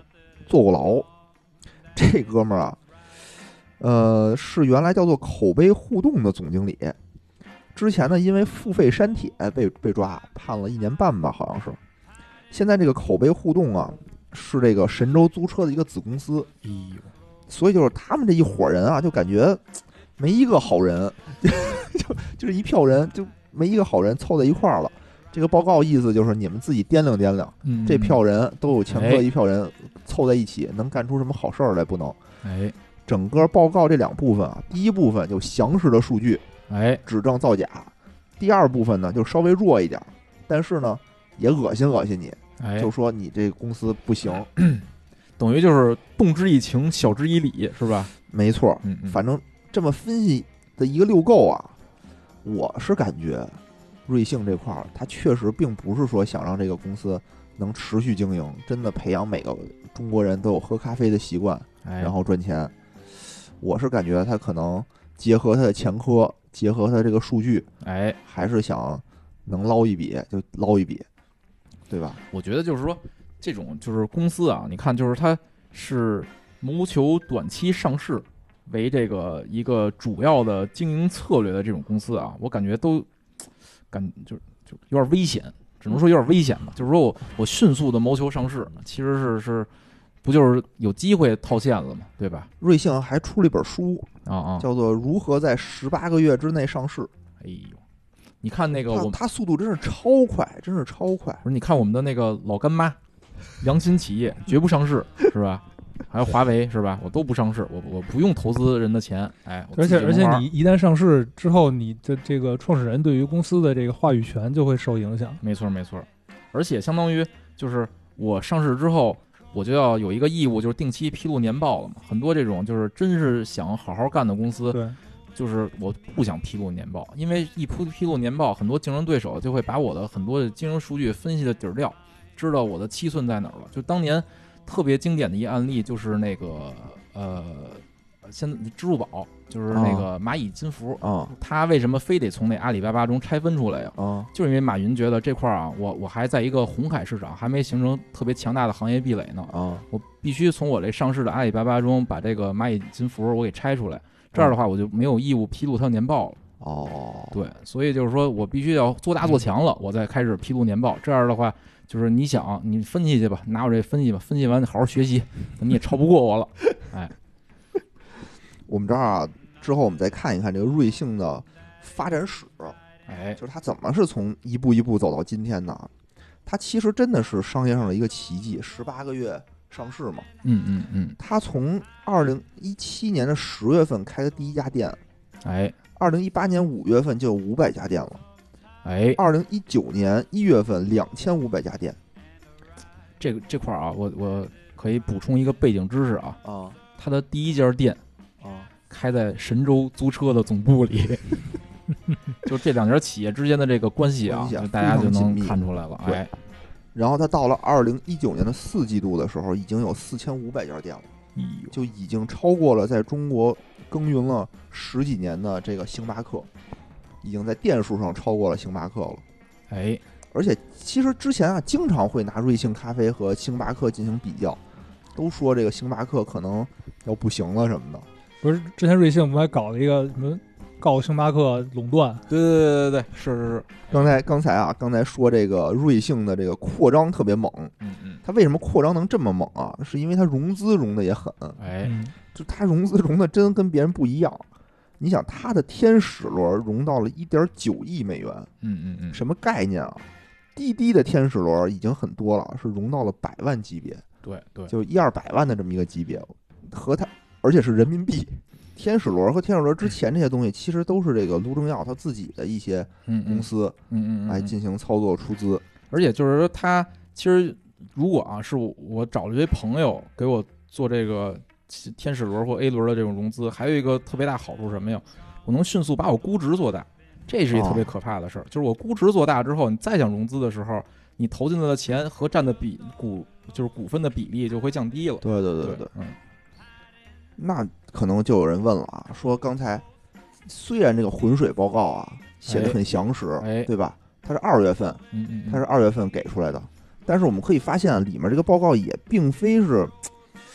坐过牢。这哥们儿啊，呃，是原来叫做口碑互动的总经理。之前呢，因为付费删帖被被抓，判了一年半吧，好像是。现在这个口碑互动啊，是这个神州租车的一个子公司。 哎呦， 所以就是他们这一伙人啊，就感觉没一个好人，就就是一票人，就没一个好人凑在一块儿了。这个报告意思就是你们自己掂量掂量， 嗯、 这票人都有前科， 哎、 一票人凑在一起能干出什么好事儿来？不能。 哎， 整个报告这两部分啊，第一部分就详实的数据， 哎， 指证造假；第二部分呢就稍微弱一点，但是呢也恶心恶心你， 哎， 就说你这公司不行， 等于就是动之以情，晓之以理，是吧？ 没错， 嗯嗯， 反正这么分析的一个溜够啊，我是感觉瑞幸这块儿，它确实并不是说想让这个公司能持续经营，真的培养每个中国人都有喝咖啡的习惯， 哎、 然后赚钱。我是感觉他可能结合他的前科，结合他这个数据， 哎， 还是想能捞一笔就捞一笔，对吧？ 我觉得就是说，这种就是公司啊，你看，就是它是谋求短期上市为这个一个主要的经营策略的这种公司啊，我感觉都感就就有点危险，只能说有点危险吧。就是说我我迅速的谋求上市，其实是是不就是有机会套现了嘛，对吧？ 瑞幸还出了一本书啊啊， 叫做《如何在十八个月之内上市》。 哎呦，你看那个我他速度真是超快，真是超快。 不是，你看我们的那个老干妈，良心企业绝不上市，是吧？还有华为是吧？我都不上市，我我不用投资人的钱，哎， 而且而且你一旦上市之后，你的这个创始人对于公司的这个话语权就会受影响。 没错没错，而且相当于就是我上市之后，我就要有一个义务，就是定期披露年报了嘛。很多这种就是真是想好好干的公司， 对， 就是我不想披露年报，因为一披披露年报，很多竞争对手就会把我的很多的经营数据分析的底儿掉，知道我的七寸在哪儿了。就当年特别经典的一案例就是那个呃，现在支付宝就是那个蚂蚁金服啊， 它为什么非得从那阿里巴巴中拆分出来呀？ 啊， 就是因为马云觉得这块儿啊，我我还在一个红海市场，还没形成特别强大的行业壁垒呢啊， 我必须从我这上市的阿里巴巴中把这个蚂蚁金服我给拆出来，这样的话我就没有义务披露它年报了。 哦， 对，所以就是说我必须要做大做强了，我再开始披露年报。这样的话，就是你想你分析去吧，拿我这分析吧，分析完好好学习，你也超不过我了。哎， 我们这儿啊，之后我们再看一看这个瑞幸的发展史， 哎， 就是它怎么是从一步一步走到今天的。它其实真的是商业上的一个奇迹，十八个月上市嘛。 嗯嗯嗯， 它从二零一七年的十月份开的第一家店， 哎， 二零一八年五月份就有五百家店了， 哎， 二零一九年一月份两千五百家店。 这个这块儿啊，我我可以补充一个背景知识啊， 啊它的第一家店啊， 开在神州租车的总部里。就这两家企业之间的这个关系啊，就大家就能看出来了。哎， 然后它到了二零一九年的四季度的时候，已经有四千五百家店了，就已经超过了在中国耕耘了十几年的这个星巴克，已经在店数上超过了星巴克了。 哎， 而且其实之前啊，经常会拿瑞幸咖啡和星巴克进行比较，都说这个星巴克可能要不行了什么的。 不是之前瑞幸不还搞了一个什么告星巴克垄断？ 对对对对对，是是是。 刚才刚才啊，刚才说这个瑞幸的这个扩张特别猛， 嗯嗯， 它为什么扩张能这么猛啊？是因为它融资融的也狠， 哎， 就它融资融的真跟别人不一样。你想，它的天使轮融到了一点九亿美元， 嗯嗯嗯， 什么概念啊？滴滴的天使轮已经很多了，是融到了百万级别， 对对， 就一二百万的这么一个级别，和它而且是人民币。天使轮和天使轮之前这些东西，其实都是这个卢正耀他自己的一些公司， 嗯嗯， 来进行操作出资。 而且就是说，他其实如果啊，是我找了一些朋友给我做这个天使轮或 A 轮的这种融资，还有一个特别大好处是什么呀？我能迅速把我估值做大，这是一特别可怕的事儿。就是我估值做大之后，你再想融资的时候，你投进来的钱和占的比股就是股份的比例就会降低了。 对对对对对， 嗯。 那可能就有人问了啊，说刚才虽然这个浑水报告啊写得很详实， 哎， 对吧？它是二月份， 嗯嗯， 它是二月份给出来的，但是我们可以发现啊，里面这个报告也并非是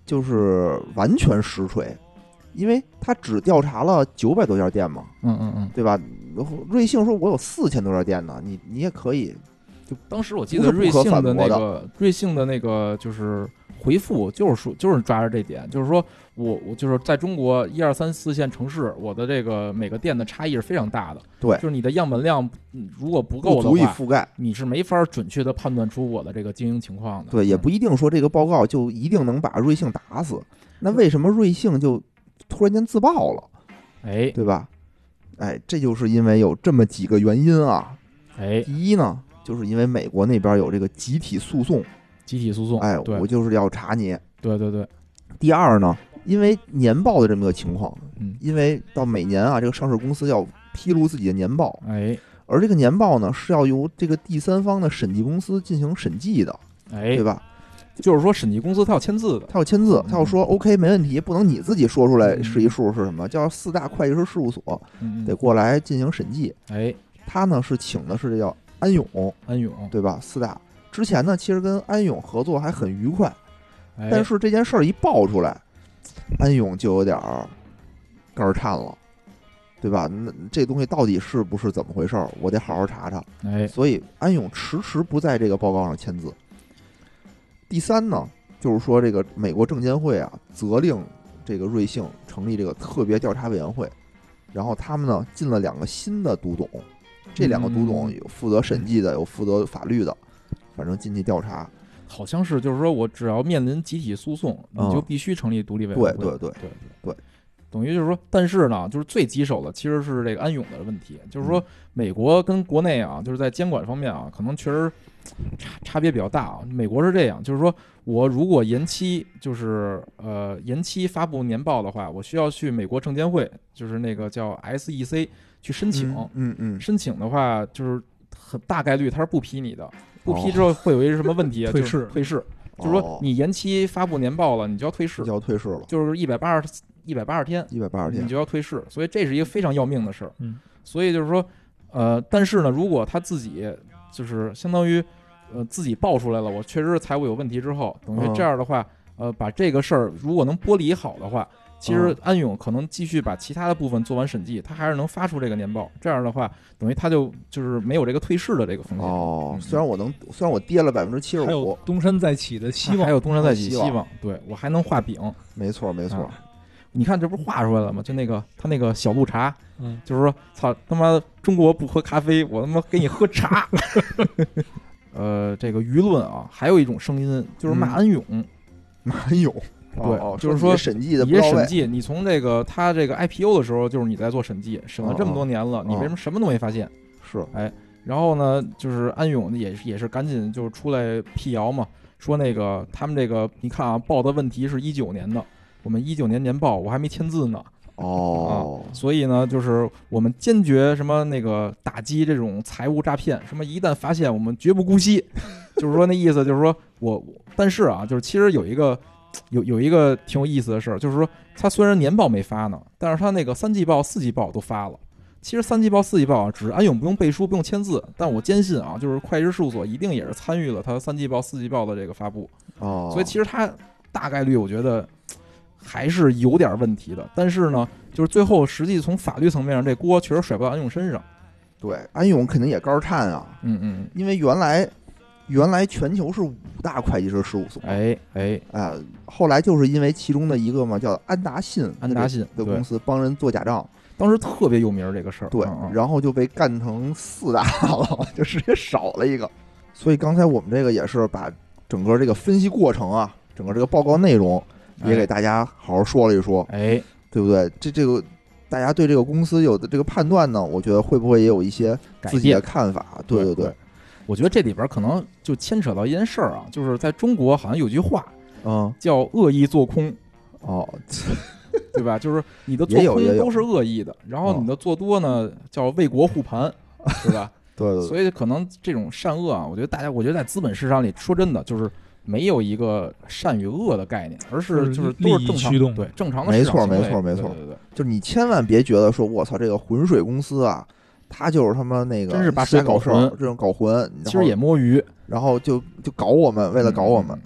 就是完全实锤，因为他只调查了九百多家店嘛， 嗯嗯嗯， 对吧？瑞幸说我有四千多家店呢，你你也可以。就当时我记得瑞幸的那个瑞幸的那个就是回复就是说就是抓着这点，就是说我我就是在中国一二三四线城市，我的这个每个店的差异是非常大的。 对， 就是你的样本量如果不够的话， 不足以覆盖， 你是没法准确的判断出我的这个经营情况的。 对，也不一定说这个报告就一定能把瑞幸打死。那为什么瑞幸就突然间自爆了？ 哎， 对吧？哎，这就是因为有这么几个原因啊。 哎， 第一呢，就是因为美国那边有这个集体诉讼， 集体诉讼， 哎，我就是要查你。 对对对。 第二呢，因为年报的这么个情况， 嗯， 因为到每年啊，这个上市公司要披露自己的年报， 哎， 而这个年报呢是要由这个第三方的审计公司进行审计的， 哎， 对吧？ 就是说审计公司他要签字的， 他要签字，他要说 OK 没问题，不能你自己说出来是一数是什么， 嗯、 叫四大会计师事务所、 嗯、 得过来进行审计。 哎， 他呢是请的是叫安永， 安永对吧？四大之前呢其实跟安永合作还很愉快， 哎、 但是这件事儿一爆出来，安永就有点肝儿颤了。对吧？那这东西到底是不是怎么回事儿？我得好好查查。 哎， 所以安永迟迟不在这个报告上签字。第三呢，就是说这个美国证监会啊，责令这个瑞幸成立这个特别调查委员会，然后他们呢进了两个新的督董，这两个督董有负责审计的，有负责法律的，反正进去调查。 好像是就是说我只要面临集体诉讼， 嗯、 你就必须成立独立委员会。 对对对对对。 等于就是说，但是呢，就是最棘手的其实是这个安永的问题，就是说美国跟国内啊，就是在监管方面啊，可能确实差差别比较大啊。美国是这样，就是说我如果延期，就是呃延期发布年报的话，我需要去美国证监会，就是那个叫 S E C 去申请。 嗯嗯, 嗯， 申请的话，就是很大概率他是不批你的，不批之后会有一个什么问题啊？ 退市， 退市。就是说，你延期发布年报了，你就要退市， 就要退市了， 就是一百八十一百八十天， 一百八十天你就要退市，所以这是一个非常要命的事儿。 嗯， 所以就是说，呃，但是呢，如果他自己就是相当于呃自己爆出来了，我确实是财务有问题之后，等于这样的话，呃，把这个事儿如果能剥离好的话，其实安永可能继续把其他的部分做完审计，他还是能发出这个年报。这样的话，等于他就就是没有这个退市的这个风险。 哦，虽然我能，虽然我跌了百分之七十五， 还有东山再起的希望， 还有东山再起希望。对，我还能画饼。 没错，没错。 啊你看，这不是画出来了吗？就那个他那个小鹿茶， 嗯， 就是说，操他妈中国不喝咖啡，我他妈给你喝茶。呃，这个舆论啊，还有一种声音就是骂安永， 嗯、骂安永。 对， 哦、 就是说审计的你这审计，你从这个他这个 I P O 的时候，就是你在做审计，审了这么多年了， 哦、 你为什么什么都没发现？ 是， 哎，然后呢，就是安永也是也是赶紧就是出来辟谣嘛，说那个他们这个你看啊，报的问题是一九年的，我们一九年年报我还没签字呢。 哦、 啊，所以呢，就是我们坚决什么那个打击这种财务诈骗，什么一旦发现我们绝不姑息。就是说那意思就是说我，但是啊，就是其实有一个。有有一个挺有意思的事儿，就是说他虽然年报没发呢，但是他那个三季报、四季报都发了。其实三季报、四季报啊，只是安永不用背书、不用签字，但我坚信啊，就是会计师事务所一定也是参与了他三季报、四季报的这个发布。 哦， 所以其实他大概率我觉得还是有点问题的。但是呢，就是最后实际从法律层面上，这锅确实甩不到安永身上。 对，安永肯定也肝颤啊。 嗯嗯， 因为原来。原来全球是五大会计师事务所， 哎哎啊、呃，后来就是因为其中的一个嘛，叫安达信， 安达信的公司帮人做假账， 当时特别有名这个事儿， 对、 嗯， 然后就被干成四大了，就直接少了一个。所以刚才我们这个也是把整个这个分析过程啊，整个这个报告内容也给大家好好说了一说， 哎， 对不对？这这个大家对这个公司有的这个判断呢，我觉得会不会也有一些自己的看法？对对对。对我觉得这里边可能就牵扯到一件事儿啊，就是在中国好像有句话， 嗯， 叫恶意做空， 哦， 对吧？就是你的做空都是恶意的，然后你的做多呢叫为国护盘，是吧？ 对, 对对。 所以可能这种善恶啊，我觉得大家，我觉得在资本市场里，说真的，就是没有一个善与恶的概念，而是就是都是正常驱动， 对正常的没错没错没错， 对对对， 就是你千万别觉得说我操这个浑水公司啊。他就是他妈那个， 真是把水搞混，这种搞混， 其实也摸鱼， 然后就就搞我们，为了搞我们。 嗯、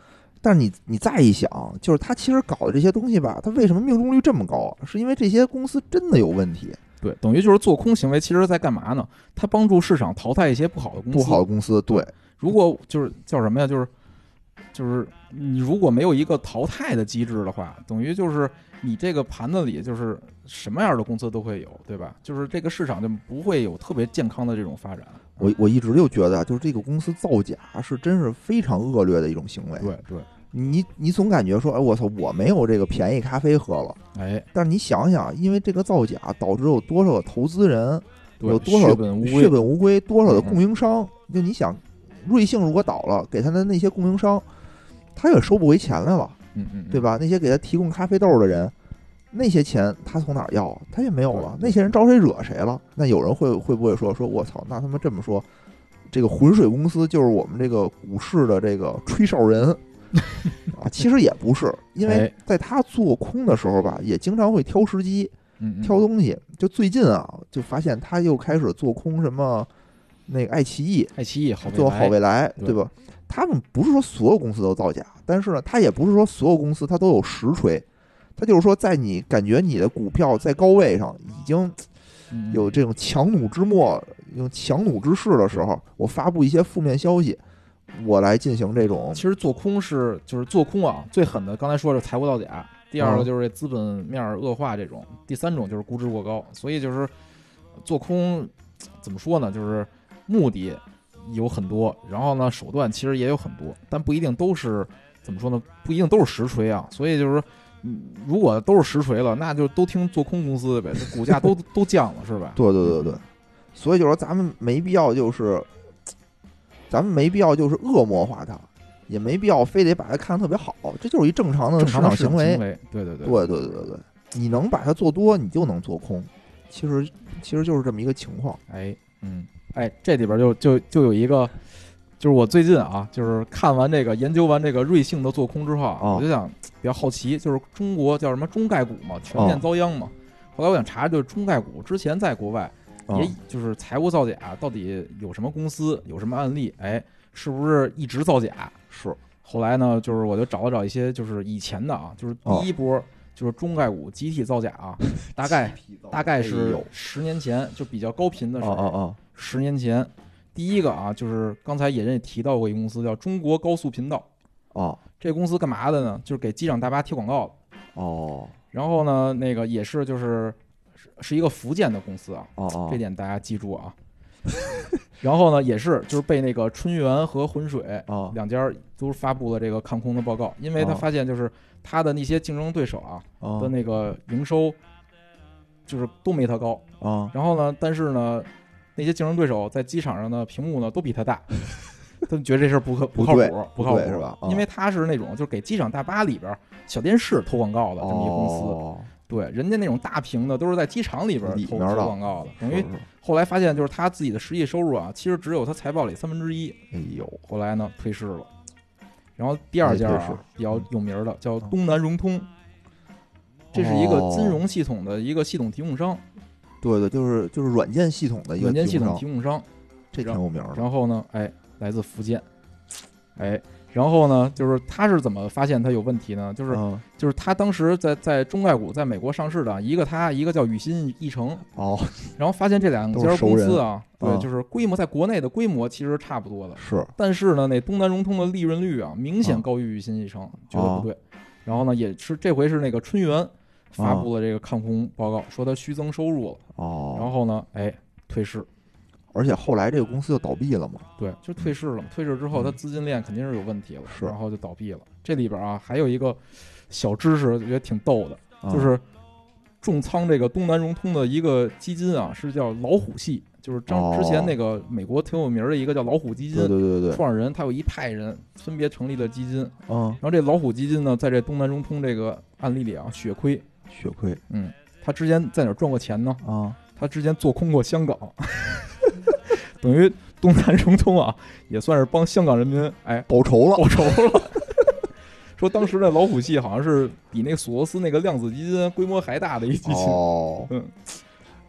但是你你再一想，就是他其实搞的这些东西吧，他为什么命中率这么高？是因为这些公司真的有问题。 对，等于就是做空行为，其实在干嘛呢？它帮助市场淘汰一些不好的公司。 不好的公司，对。 如果就是叫什么呀？就是就是你如果没有一个淘汰的机制的话，等于就是你这个盘子里就是什么样的公司都会有，对吧？就是这个市场就不会有特别健康的这种发展。 我我一直就觉得，就是这个公司造假是真是非常恶劣的一种行为。 对对。 你你总感觉说，哎，我操，我没有这个便宜咖啡喝了， 哎， 但是你想想，因为这个造假导致有多少个投资人，有多少血本无归， 血本无归，多少的供应商，嗯、就你想，瑞幸如果倒了，给他的那些供应商，他也收不回钱来了， 嗯嗯， 对吧？那些给他提供咖啡豆的人，那些钱他从哪儿要？他也没有了。那些人招谁惹谁了？那有人会会不会说说，我操，那他妈这么说，这个浑水公司就是我们这个股市的这个吹哨人？啊，其实也不是，因为在他做空的时候吧，也经常会挑时机，挑东西。就最近啊，就发现他又开始做空什么那个爱奇艺， 爱奇艺好做好未来，对吧？他们不是说所有公司都造假，但是呢，他也不是说所有公司他都有实锤，他就是说，在你感觉你的股票在高位上已经有这种强弩之末、用强弩之势的时候，我发布一些负面消息。我来进行这种， 其实做空是就是做空啊，最狠的刚才说的财务造假，第二个就是资本面恶化这种，嗯、第三种就是估值过高。所以就是做空怎么说呢？就是目的有很多，然后呢手段其实也有很多，但不一定都是怎么说呢？不一定都是实锤啊。所以就是如果都是实锤了，那就都听做空公司的呗，这股价都都降了，是吧？ 对对对对，所以就是说咱们没必要就是。咱们没必要就是恶魔化它，也没必要非得把它看得特别好，这就是一正常的市场行为。 对对对， 对对对对对，你能把它做多，你就能做空。其实其实就是这么一个情况。 哎，嗯，哎，这里边就就就有一个，就是我最近啊，就是看完这个研究完这个瑞幸的做空之后啊， 哦、 我就想比较好奇，就是中国叫什么中概股嘛，全面遭殃嘛。哦、后来我想查，就是中概股之前在国外。也就是财务造假，到底有什么公司，有什么案例？哎，是不是一直造假？ 是。 后来呢，就是我就找了找一些，就是以前的啊，就是第一波，就是中概股集体造假啊，大概大概是十年前，就比较高频的时候。 哦哦。 十年前，第一个啊，就是刚才野人也提到过一个公司，叫中国高速频道。 哦。 这公司干嘛的呢？就是给机场大巴贴广告的。 哦。 然后呢，那个也是就是。是一个福建的公司啊， 哦哦， 这点大家记住啊。然后呢，也是就是被那个春源和浑水、 哦、 两家都发布了这个看空的报告，因为他发现就是他的那些竞争对手啊、 哦、 的那个营收就是都没他高啊、哦。 然后呢，但是呢，那些竞争对手在机场上的屏幕呢都比他大，他觉得这事儿不可不靠谱， 不靠谱是吧？ 哦、因为他是那种就是给机场大巴里边小电视投广告的这么一个公司。 哦， 对，人家那种大屏的都是在机场里边投投广告的，等于是是后来发现就是他自己的实际收入啊，其实只有他财报里三分之一。 哎呦， 后来呢退市了。然后第二家啊比较有名的叫东南融通，这是一个金融系统的一个系统提供商。 对对，就是就是软件系统的一个软件系统提供商， 这挺有名的。 然后呢，哎，来自福建，哎。然后呢，就是他是怎么发现他有问题呢？就是、 嗯、 就是他当时在在中概股在美国上市的一个他一个叫宇新一成哦， 然后发现这两家公司啊，对， 嗯、 就是规模在国内的规模其实差不多的， 是， 但是呢，那东南融通的利润率啊明显高于宇新一成， 嗯、 觉得不对。然后呢，也是这回是那个春源发布了这个看空报告，嗯、说他虚增收入了哦， 然后呢，哎，退市。 而且后来这个公司就倒闭了嘛？ 对，就退市了嘛。退市之后，它资金链肯定是有问题了， 是， 然后就倒闭了。这里边啊，还有一个小知识，我觉得挺逗的， 嗯、 就是重仓这个东南融通的一个基金啊，是叫老虎系，就是张之前那个美国挺有名的一个叫老虎基金， 对对对对， 创始人他有一派人分别成立了基金， 嗯， 然后这老虎基金呢，在这东南融通这个案例里啊，血亏， 血亏， 嗯，他之前在哪儿赚过钱呢？ 啊， 他之前做空过香港。等于东南融通啊，也算是帮香港人民哎报仇了， 报仇了。说当时的老虎系好像是比那个索罗斯那个量子基金规模还大的一基金。 哦， 嗯，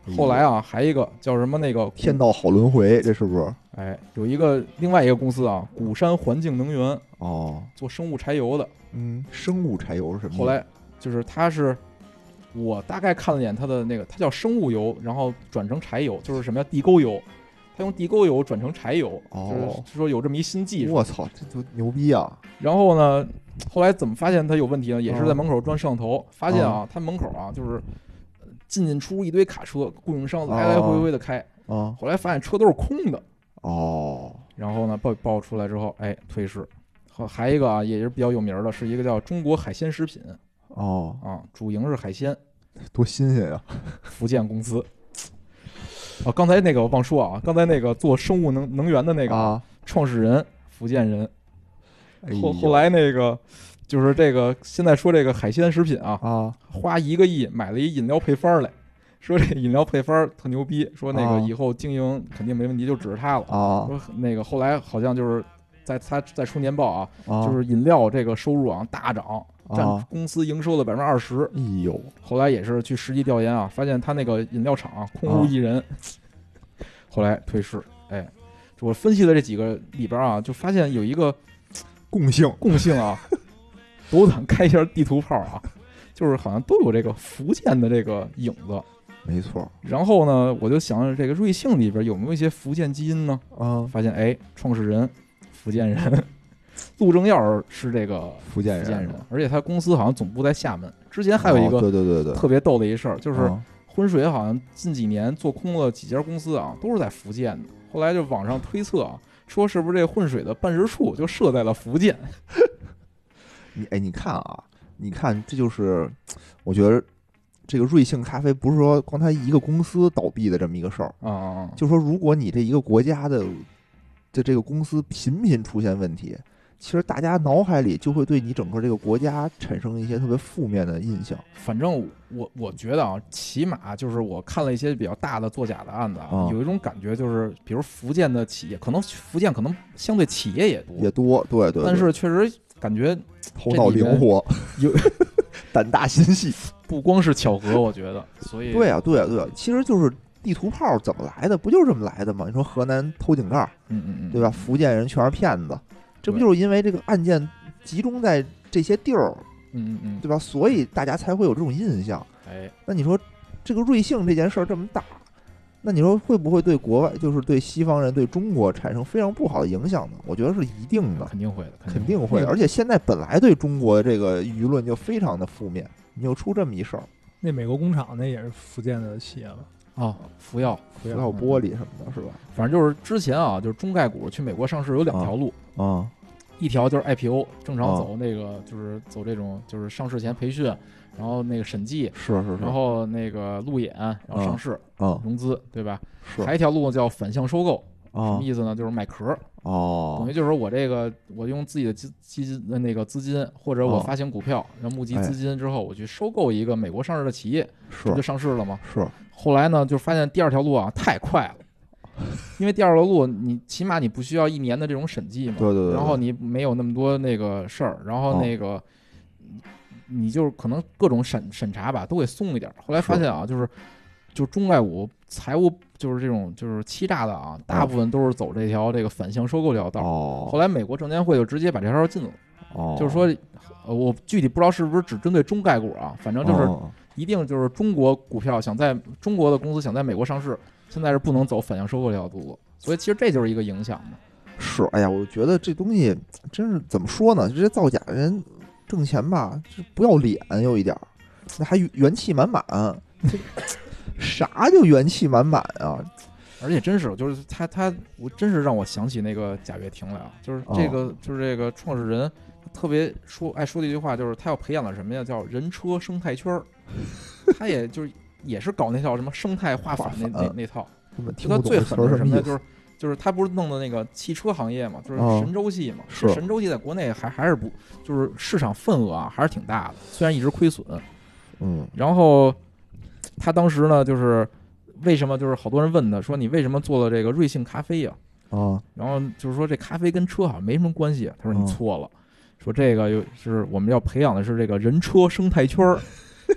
后来啊，还一个叫什么那个天道好轮回，这是不是？ 哎，有一个另外一个公司啊，鼓山环境能源哦， 做生物柴油的。 嗯，生物柴油是什么？ 后来就是它是，我大概看了一眼它的那个，它叫生物油，然后转成柴油，就是什么呀？地沟油，它用地沟油转成柴油， 哦， 就是说有这么一新技术。 我操，这就牛逼啊！ 然后呢，后来怎么发现它有问题呢？也是在门口装摄像头， 哦、 发现啊，它门口啊就是进进出一堆卡车，供应商来来回回的开。啊、 哦， 后来发现车都是空的。 哦， 然后呢，报报出来之后，哎，退市。好，还一个啊，也是比较有名的，是一个叫中国海鲜食品。 哦， 啊，主营是海鲜， 多新鲜呀！ 福建公司。哦，刚才那个我忘说啊，刚才那个做生物能能源的那个、啊、创始人福建人。后后来那个就是这个现在说这个海鲜食品啊， 啊， 花一个亿买了一饮料配方来。说这饮料配方特牛逼，说那个以后经营肯定没问题，就指着它了啊。 说那个后来好像就是在他再出年报啊， 啊就是饮料这个收入啊大涨，占公司营收的百分之二十。 哎呦， 后来也是去实际调研啊，发现他那个饮料厂、啊、空无一人，啊、后来退市。哎，我分析了这几个里边啊，就发现有一个共性， 共性啊，斗胆开一下地图炮啊，就是好像都有这个福建的这个影子。 没错， 然后呢，我就想着这个瑞幸里边有没有一些福建基因呢？ 啊， 发现哎，创始人福建人，陆正耀是这个福建人， 福建人，而且他公司好像总部在厦门。之前还有一个对对对对特别逗的一事儿，就是浑水好像近几年做空了几家公司啊，都是在福建的。后来就网上推测啊，说是不是这浑水的办事处就设在了福建？ 你哎，你看啊，你看这就是我觉得。这个瑞幸咖啡不是说光它一个公司倒闭的这么一个事儿啊， 就说如果你这一个国家的的这个公司频频出现问题，其实大家脑海里就会对你整个这个国家产生一些特别负面的印象。 反正我我觉得啊，起码就是我看了一些比较大的作假的案子啊， 嗯、 有一种感觉就是，比如福建的企业，可能福建可能相对企业也多也多，对 对, 对， 但是确实感觉头脑灵活， 有胆大心细。 不光是巧合，我觉得，所以对啊，对啊，对啊，其实就是地图炮怎么来的，不就是这么来的吗？你说河南偷井盖， 嗯嗯嗯， 对吧？福建人全是骗子，这不就是因为这个案件集中在这些地儿， 嗯嗯嗯， 对吧？所以大家才会有这种印象。 哎， 那你说这个瑞幸这件事儿这么大，那你说会不会对国外，就是对西方人、对中国产生非常不好的影响呢？我觉得是一定的， 肯定会的， 肯定会的。而且现在本来对中国这个舆论就非常的负面。你又出这么一事儿， 那美国工厂那也是福建的企业了啊，福耀、 福耀玻璃什么的，是吧？ 反正就是之前啊，就是中概股去美国上市有两条路啊，啊一条就是 I P O， 正常走那个、啊、就是走这种就是上市前培训，然后那个审计， 是是是， 然后那个路演，然后上市， 啊， 融资，对吧？ 是， 还一条路叫反向收购。 哦、 什么意思呢？就是卖壳哦， 等于就是我这个我用自己的基基金的那个资金，或者我发行股票，哦、然后募集资金之后，我去收购一个美国上市的企业， 是不就上市了吗？ 是。 后来呢，就发现第二条路啊太快了，因为第二条路你起码你不需要一年的这种审计嘛， 对对 对, 对， 然后你没有那么多那个事儿，然后那个、哦、你就是可能各种审审查吧都会松一点。后来发现啊，就是就中概股财务。就是这种就是欺诈的啊，大部分都是走这条这个反向收购这条道。 哦， 后来美国证监会就直接把这条禁了。 哦， 就是说，呃，我具体不知道是不是只针对中概股啊，反正就是一定就是中国股票想在中国的公司想在美国上市，现在是不能走反向收购这条路。所以其实这就是一个影响嘛。 是，哎呀，我觉得这东西真是怎么说呢？这些造假人挣钱吧，就不要脸，有一点儿，那还元气满满。啥就元气满满啊！ 而且真是，就是他他，我真是让我想起那个贾跃亭来啊！就是这个，哦、就是这个创始人特别说爱说的一句话，就是他要培养的什么呀？叫人车生态圈儿。他也就是也是搞那套什么生态化反那那那套。就他最狠的是什么呀？就是就是他不是弄的那个汽车行业嘛，就是神州系嘛。 是、哦、 神州系在国内还还是不就是市场份额啊还是挺大的，虽然一直亏损。 嗯， 然后。他当时呢，就是为什么就是好多人问他说你为什么做了这个瑞幸咖啡呀、 啊？啊， 然后就是说这咖啡跟车好像没什么关系。他说你错了，啊、说这个又是我们要培养的是这个人车生态圈儿。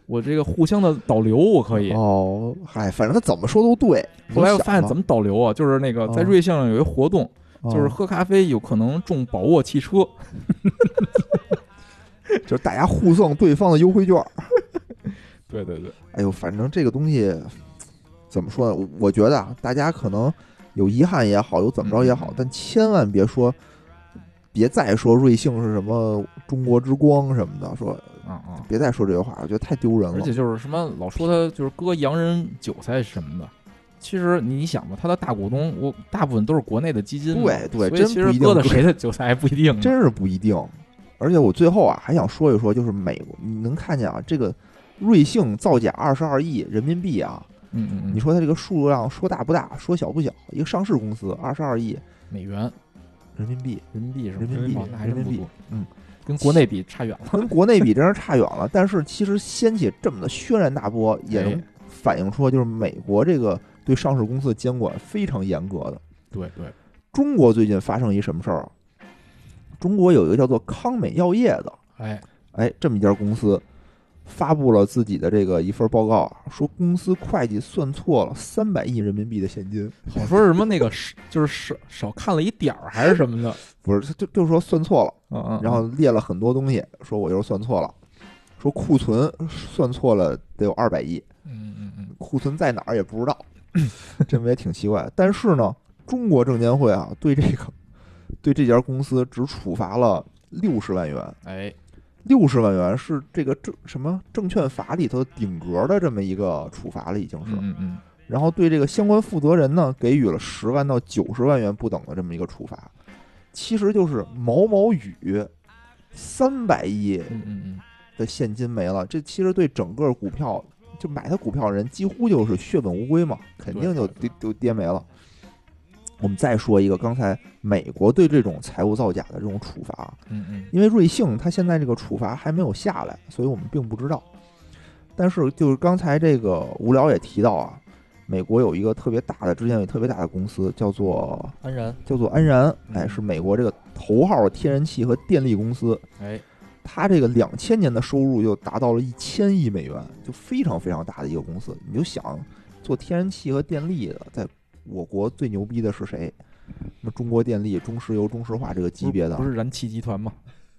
我这个互相的导流我可以。 哦，嗨，反正他怎么说都对。 后来我发现怎么导流啊，就是那个在瑞幸上有一活动， 哦、 就是喝咖啡有可能中宝沃汽车， 就是大家互送对方的优惠券。 对对对， 哎呦，反正这个东西怎么说呢？我觉得啊，大家可能有遗憾也好，有怎么着也好，嗯、但千万别说，别再说瑞幸是什么中国之光什么的，说啊啊， 别再说这句话，我觉得太丢人了。 而且就是什么老说他就是割洋人韭菜什么的，其实你想吧，他的大股东我大部分都是国内的基金， 对对， 所以其实割的谁的韭菜还不一定， 真是不一定。而且我最后啊还想说一说，就是美国，你能看见啊，这个瑞幸造假二十二亿人民币啊， 嗯嗯嗯， 你说它这个数量说大不大，说小不小？一个上市公司二十二亿美元， 人民币， 人民币是人民币， 那还真不多， 嗯， 跟国内比差远了， 跟国内比真是差远了。但是其实掀起这么的轩然大波，也能反映出就是美国这个对上市公司的监管非常严格的。 对对， 中国最近发生一什么事儿啊？中国有一个叫做康美药业的， 哎哎，这么一家公司发布了自己的这个一份报告，说公司会计算错了三百亿人民币的现金， 好说是什么那个就是少少看了一点儿还是什么的， 不是，就就是说算错了， 嗯嗯， 然后列了很多东西，说我就是算错了，说库存算错了得有二百亿， 嗯嗯嗯， 库存在哪儿也不知道，这么也挺奇怪。但是呢，中国证监会啊对这个对这家公司只处罚了六十万元， 哎。 六十万元是这个证什么证券法里头顶格的这么一个处罚了，已经是。 嗯嗯。 然后对这个相关负责人呢，给予了十万到九十万元不等的这么一个处罚，其实就是毛毛雨，三百亿的现金没了。这其实对整个股票，就买他股票的人几乎就是血本无归嘛，肯定就就就跌没了。我们再说一个，刚才美国对这种财务造假的这种处罚， 嗯嗯， 因为瑞幸它现在这个处罚还没有下来，所以我们并不知道。但是就是刚才这个无聊也提到啊，美国有一个特别大的，之前有特别大的公司叫做安然， 叫做安然，哎，是美国这个头号天然气和电力公司， 哎， 它这个两千年的收入就达到了一千亿美元，就非常非常大的一个公司。你就想做天然气和电力的，在我国最牛逼的是谁？什么中国电力、中石油、中石化这个级别的， 不是燃气集团吗？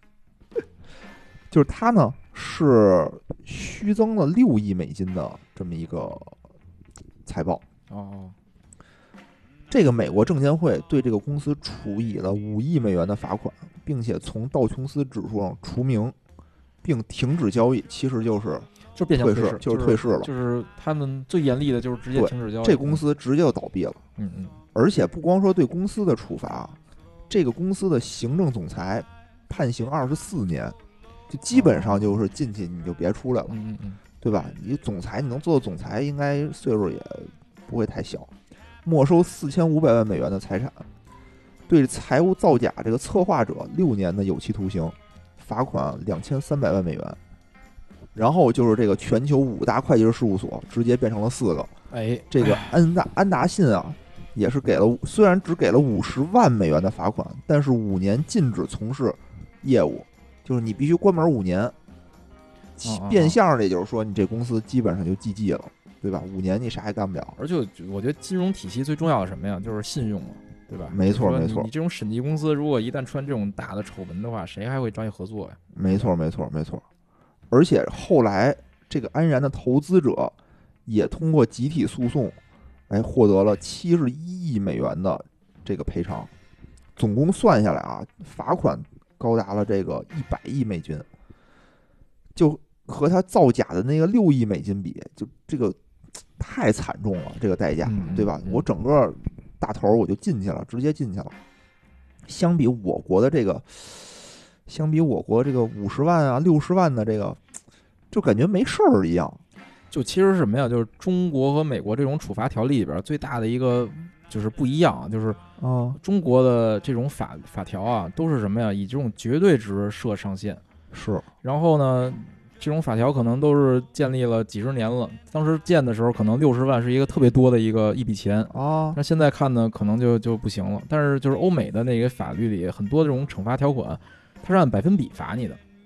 就是它呢是虚增了六亿美金的这么一个财报。 哦， 这个美国证监会对这个公司处以了五亿美元的罚款，并且从道琼斯指数上除名，并停止交易。其实就是就变相退市，就是退市了。 就是他们最严厉的就是直接停止交易， 这公司直接就倒闭了。 嗯嗯。 而且不光说对公司的处罚，这个公司的行政总裁判刑二十四年，就基本上就是进去你就别出来了， 嗯嗯嗯， 对吧？你总裁你能做到总裁，应该岁数也不会太小。没收四千五百万美元的财产，对财务造假这个策划者六年的有期徒刑，罚款两千三百万美元。然后就是这个全球五大会计师事务所直接变成了四个， 哎， 这个安达安达信啊。也是给了，虽然只给了五十万美元的罚款，但是五年禁止从事业务，就是你必须关门五年。 哦、 变相的也就是说，你这公司基本上就 G G 了，对吧？五年你啥也干不了。 而且我觉得金融体系最重要的什么呀？就是信用嘛，对吧？ 没错没错。 你这种审计公司，如果一旦出现这种大的丑闻的话，谁还会找你合作呀？ 没错没错没错。而且后来这个安然的投资者也通过集体诉讼。哎，获得了七十一亿美元的这个赔偿，总共算下来啊，罚款高达了这个一百亿美金，就和他造假的那个六亿美金比，就这个太惨重了，这个代价， 嗯、 对吧？ 嗯、 我整个大头我就进去了，直接进去了。相比我国的这个，相比我国这个五十万啊、六十万的这个，就感觉没事儿一样。 就其实是什么呀？就是中国和美国这种处罚条例里边最大的一个就是不一样，就是啊， 中国的这种法法条啊，都是什么呀？以这种绝对值设上限。 是。 然后呢，这种法条可能都是建立了几十年了，当时建的时候可能六十万是一个特别多的一个一笔钱啊， 那现在看呢，可能就就不行了。但是就是欧美的那个法律里很多这种惩罚条款，它是按百分比罚你的。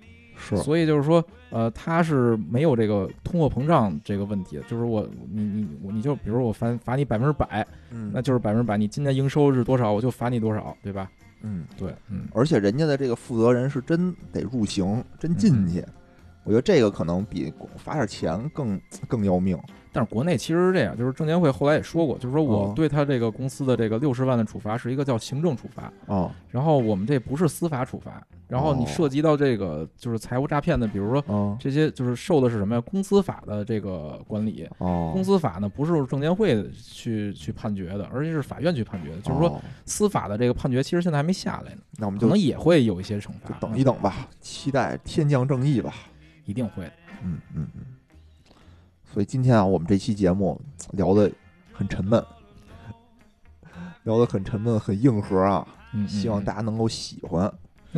是， 所以就是说，呃，它是没有这个通货膨胀这个问题的。就是我你你你就比如我罚罚你百分之百， 嗯， 那就是百分之百，你今年营收是多少，我就罚你多少，对吧？ 嗯， 对，嗯， 而且人家的这个负责人是真得入刑，真进去。嗯，我觉得这个可能比罚点钱更更要命。 但是国内其实是这样，就是证监会后来也说过，就是说我对他这个公司的这个六十万的处罚是一个叫行政处罚， 哦， 然后我们这不是司法处罚，然后你涉及到这个就是财务诈骗的，比如说这些就是受的是什么呀？公司法的这个管理， 哦， 公司法呢不是证监会去去判决的，而且是法院去判决的，就是说司法的这个判决其实现在还没下来呢， 那我们就可能也会有一些惩罚， 等一等吧，期待天降正义吧， 一定会， 嗯嗯嗯。所以今天啊，我们这期节目聊得很沉闷，聊得很沉闷，很硬核啊。 嗯嗯， 希望大家能够喜欢。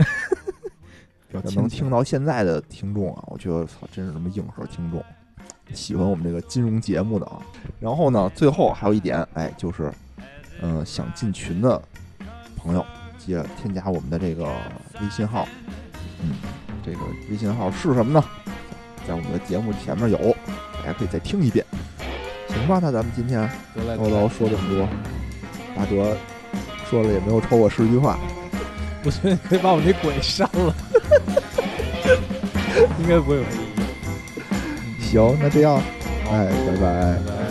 能听到现在的听众啊，我觉得操，真是什么硬核听众，喜欢我们这个金融节目的啊。然后呢，最后还有一点，哎，就是，嗯、呃，想进群的朋友，记得添加我们的这个微信号。嗯，这个微信号是什么呢？在我们的节目前面有。大家可以再听一遍，行吧？那咱们今天叨叨说这么多，大哲说了也没有超过十句话， 我觉得你可以把我那鬼删了，应该不会有意义。 行，那这样，哎，拜拜。 拜拜。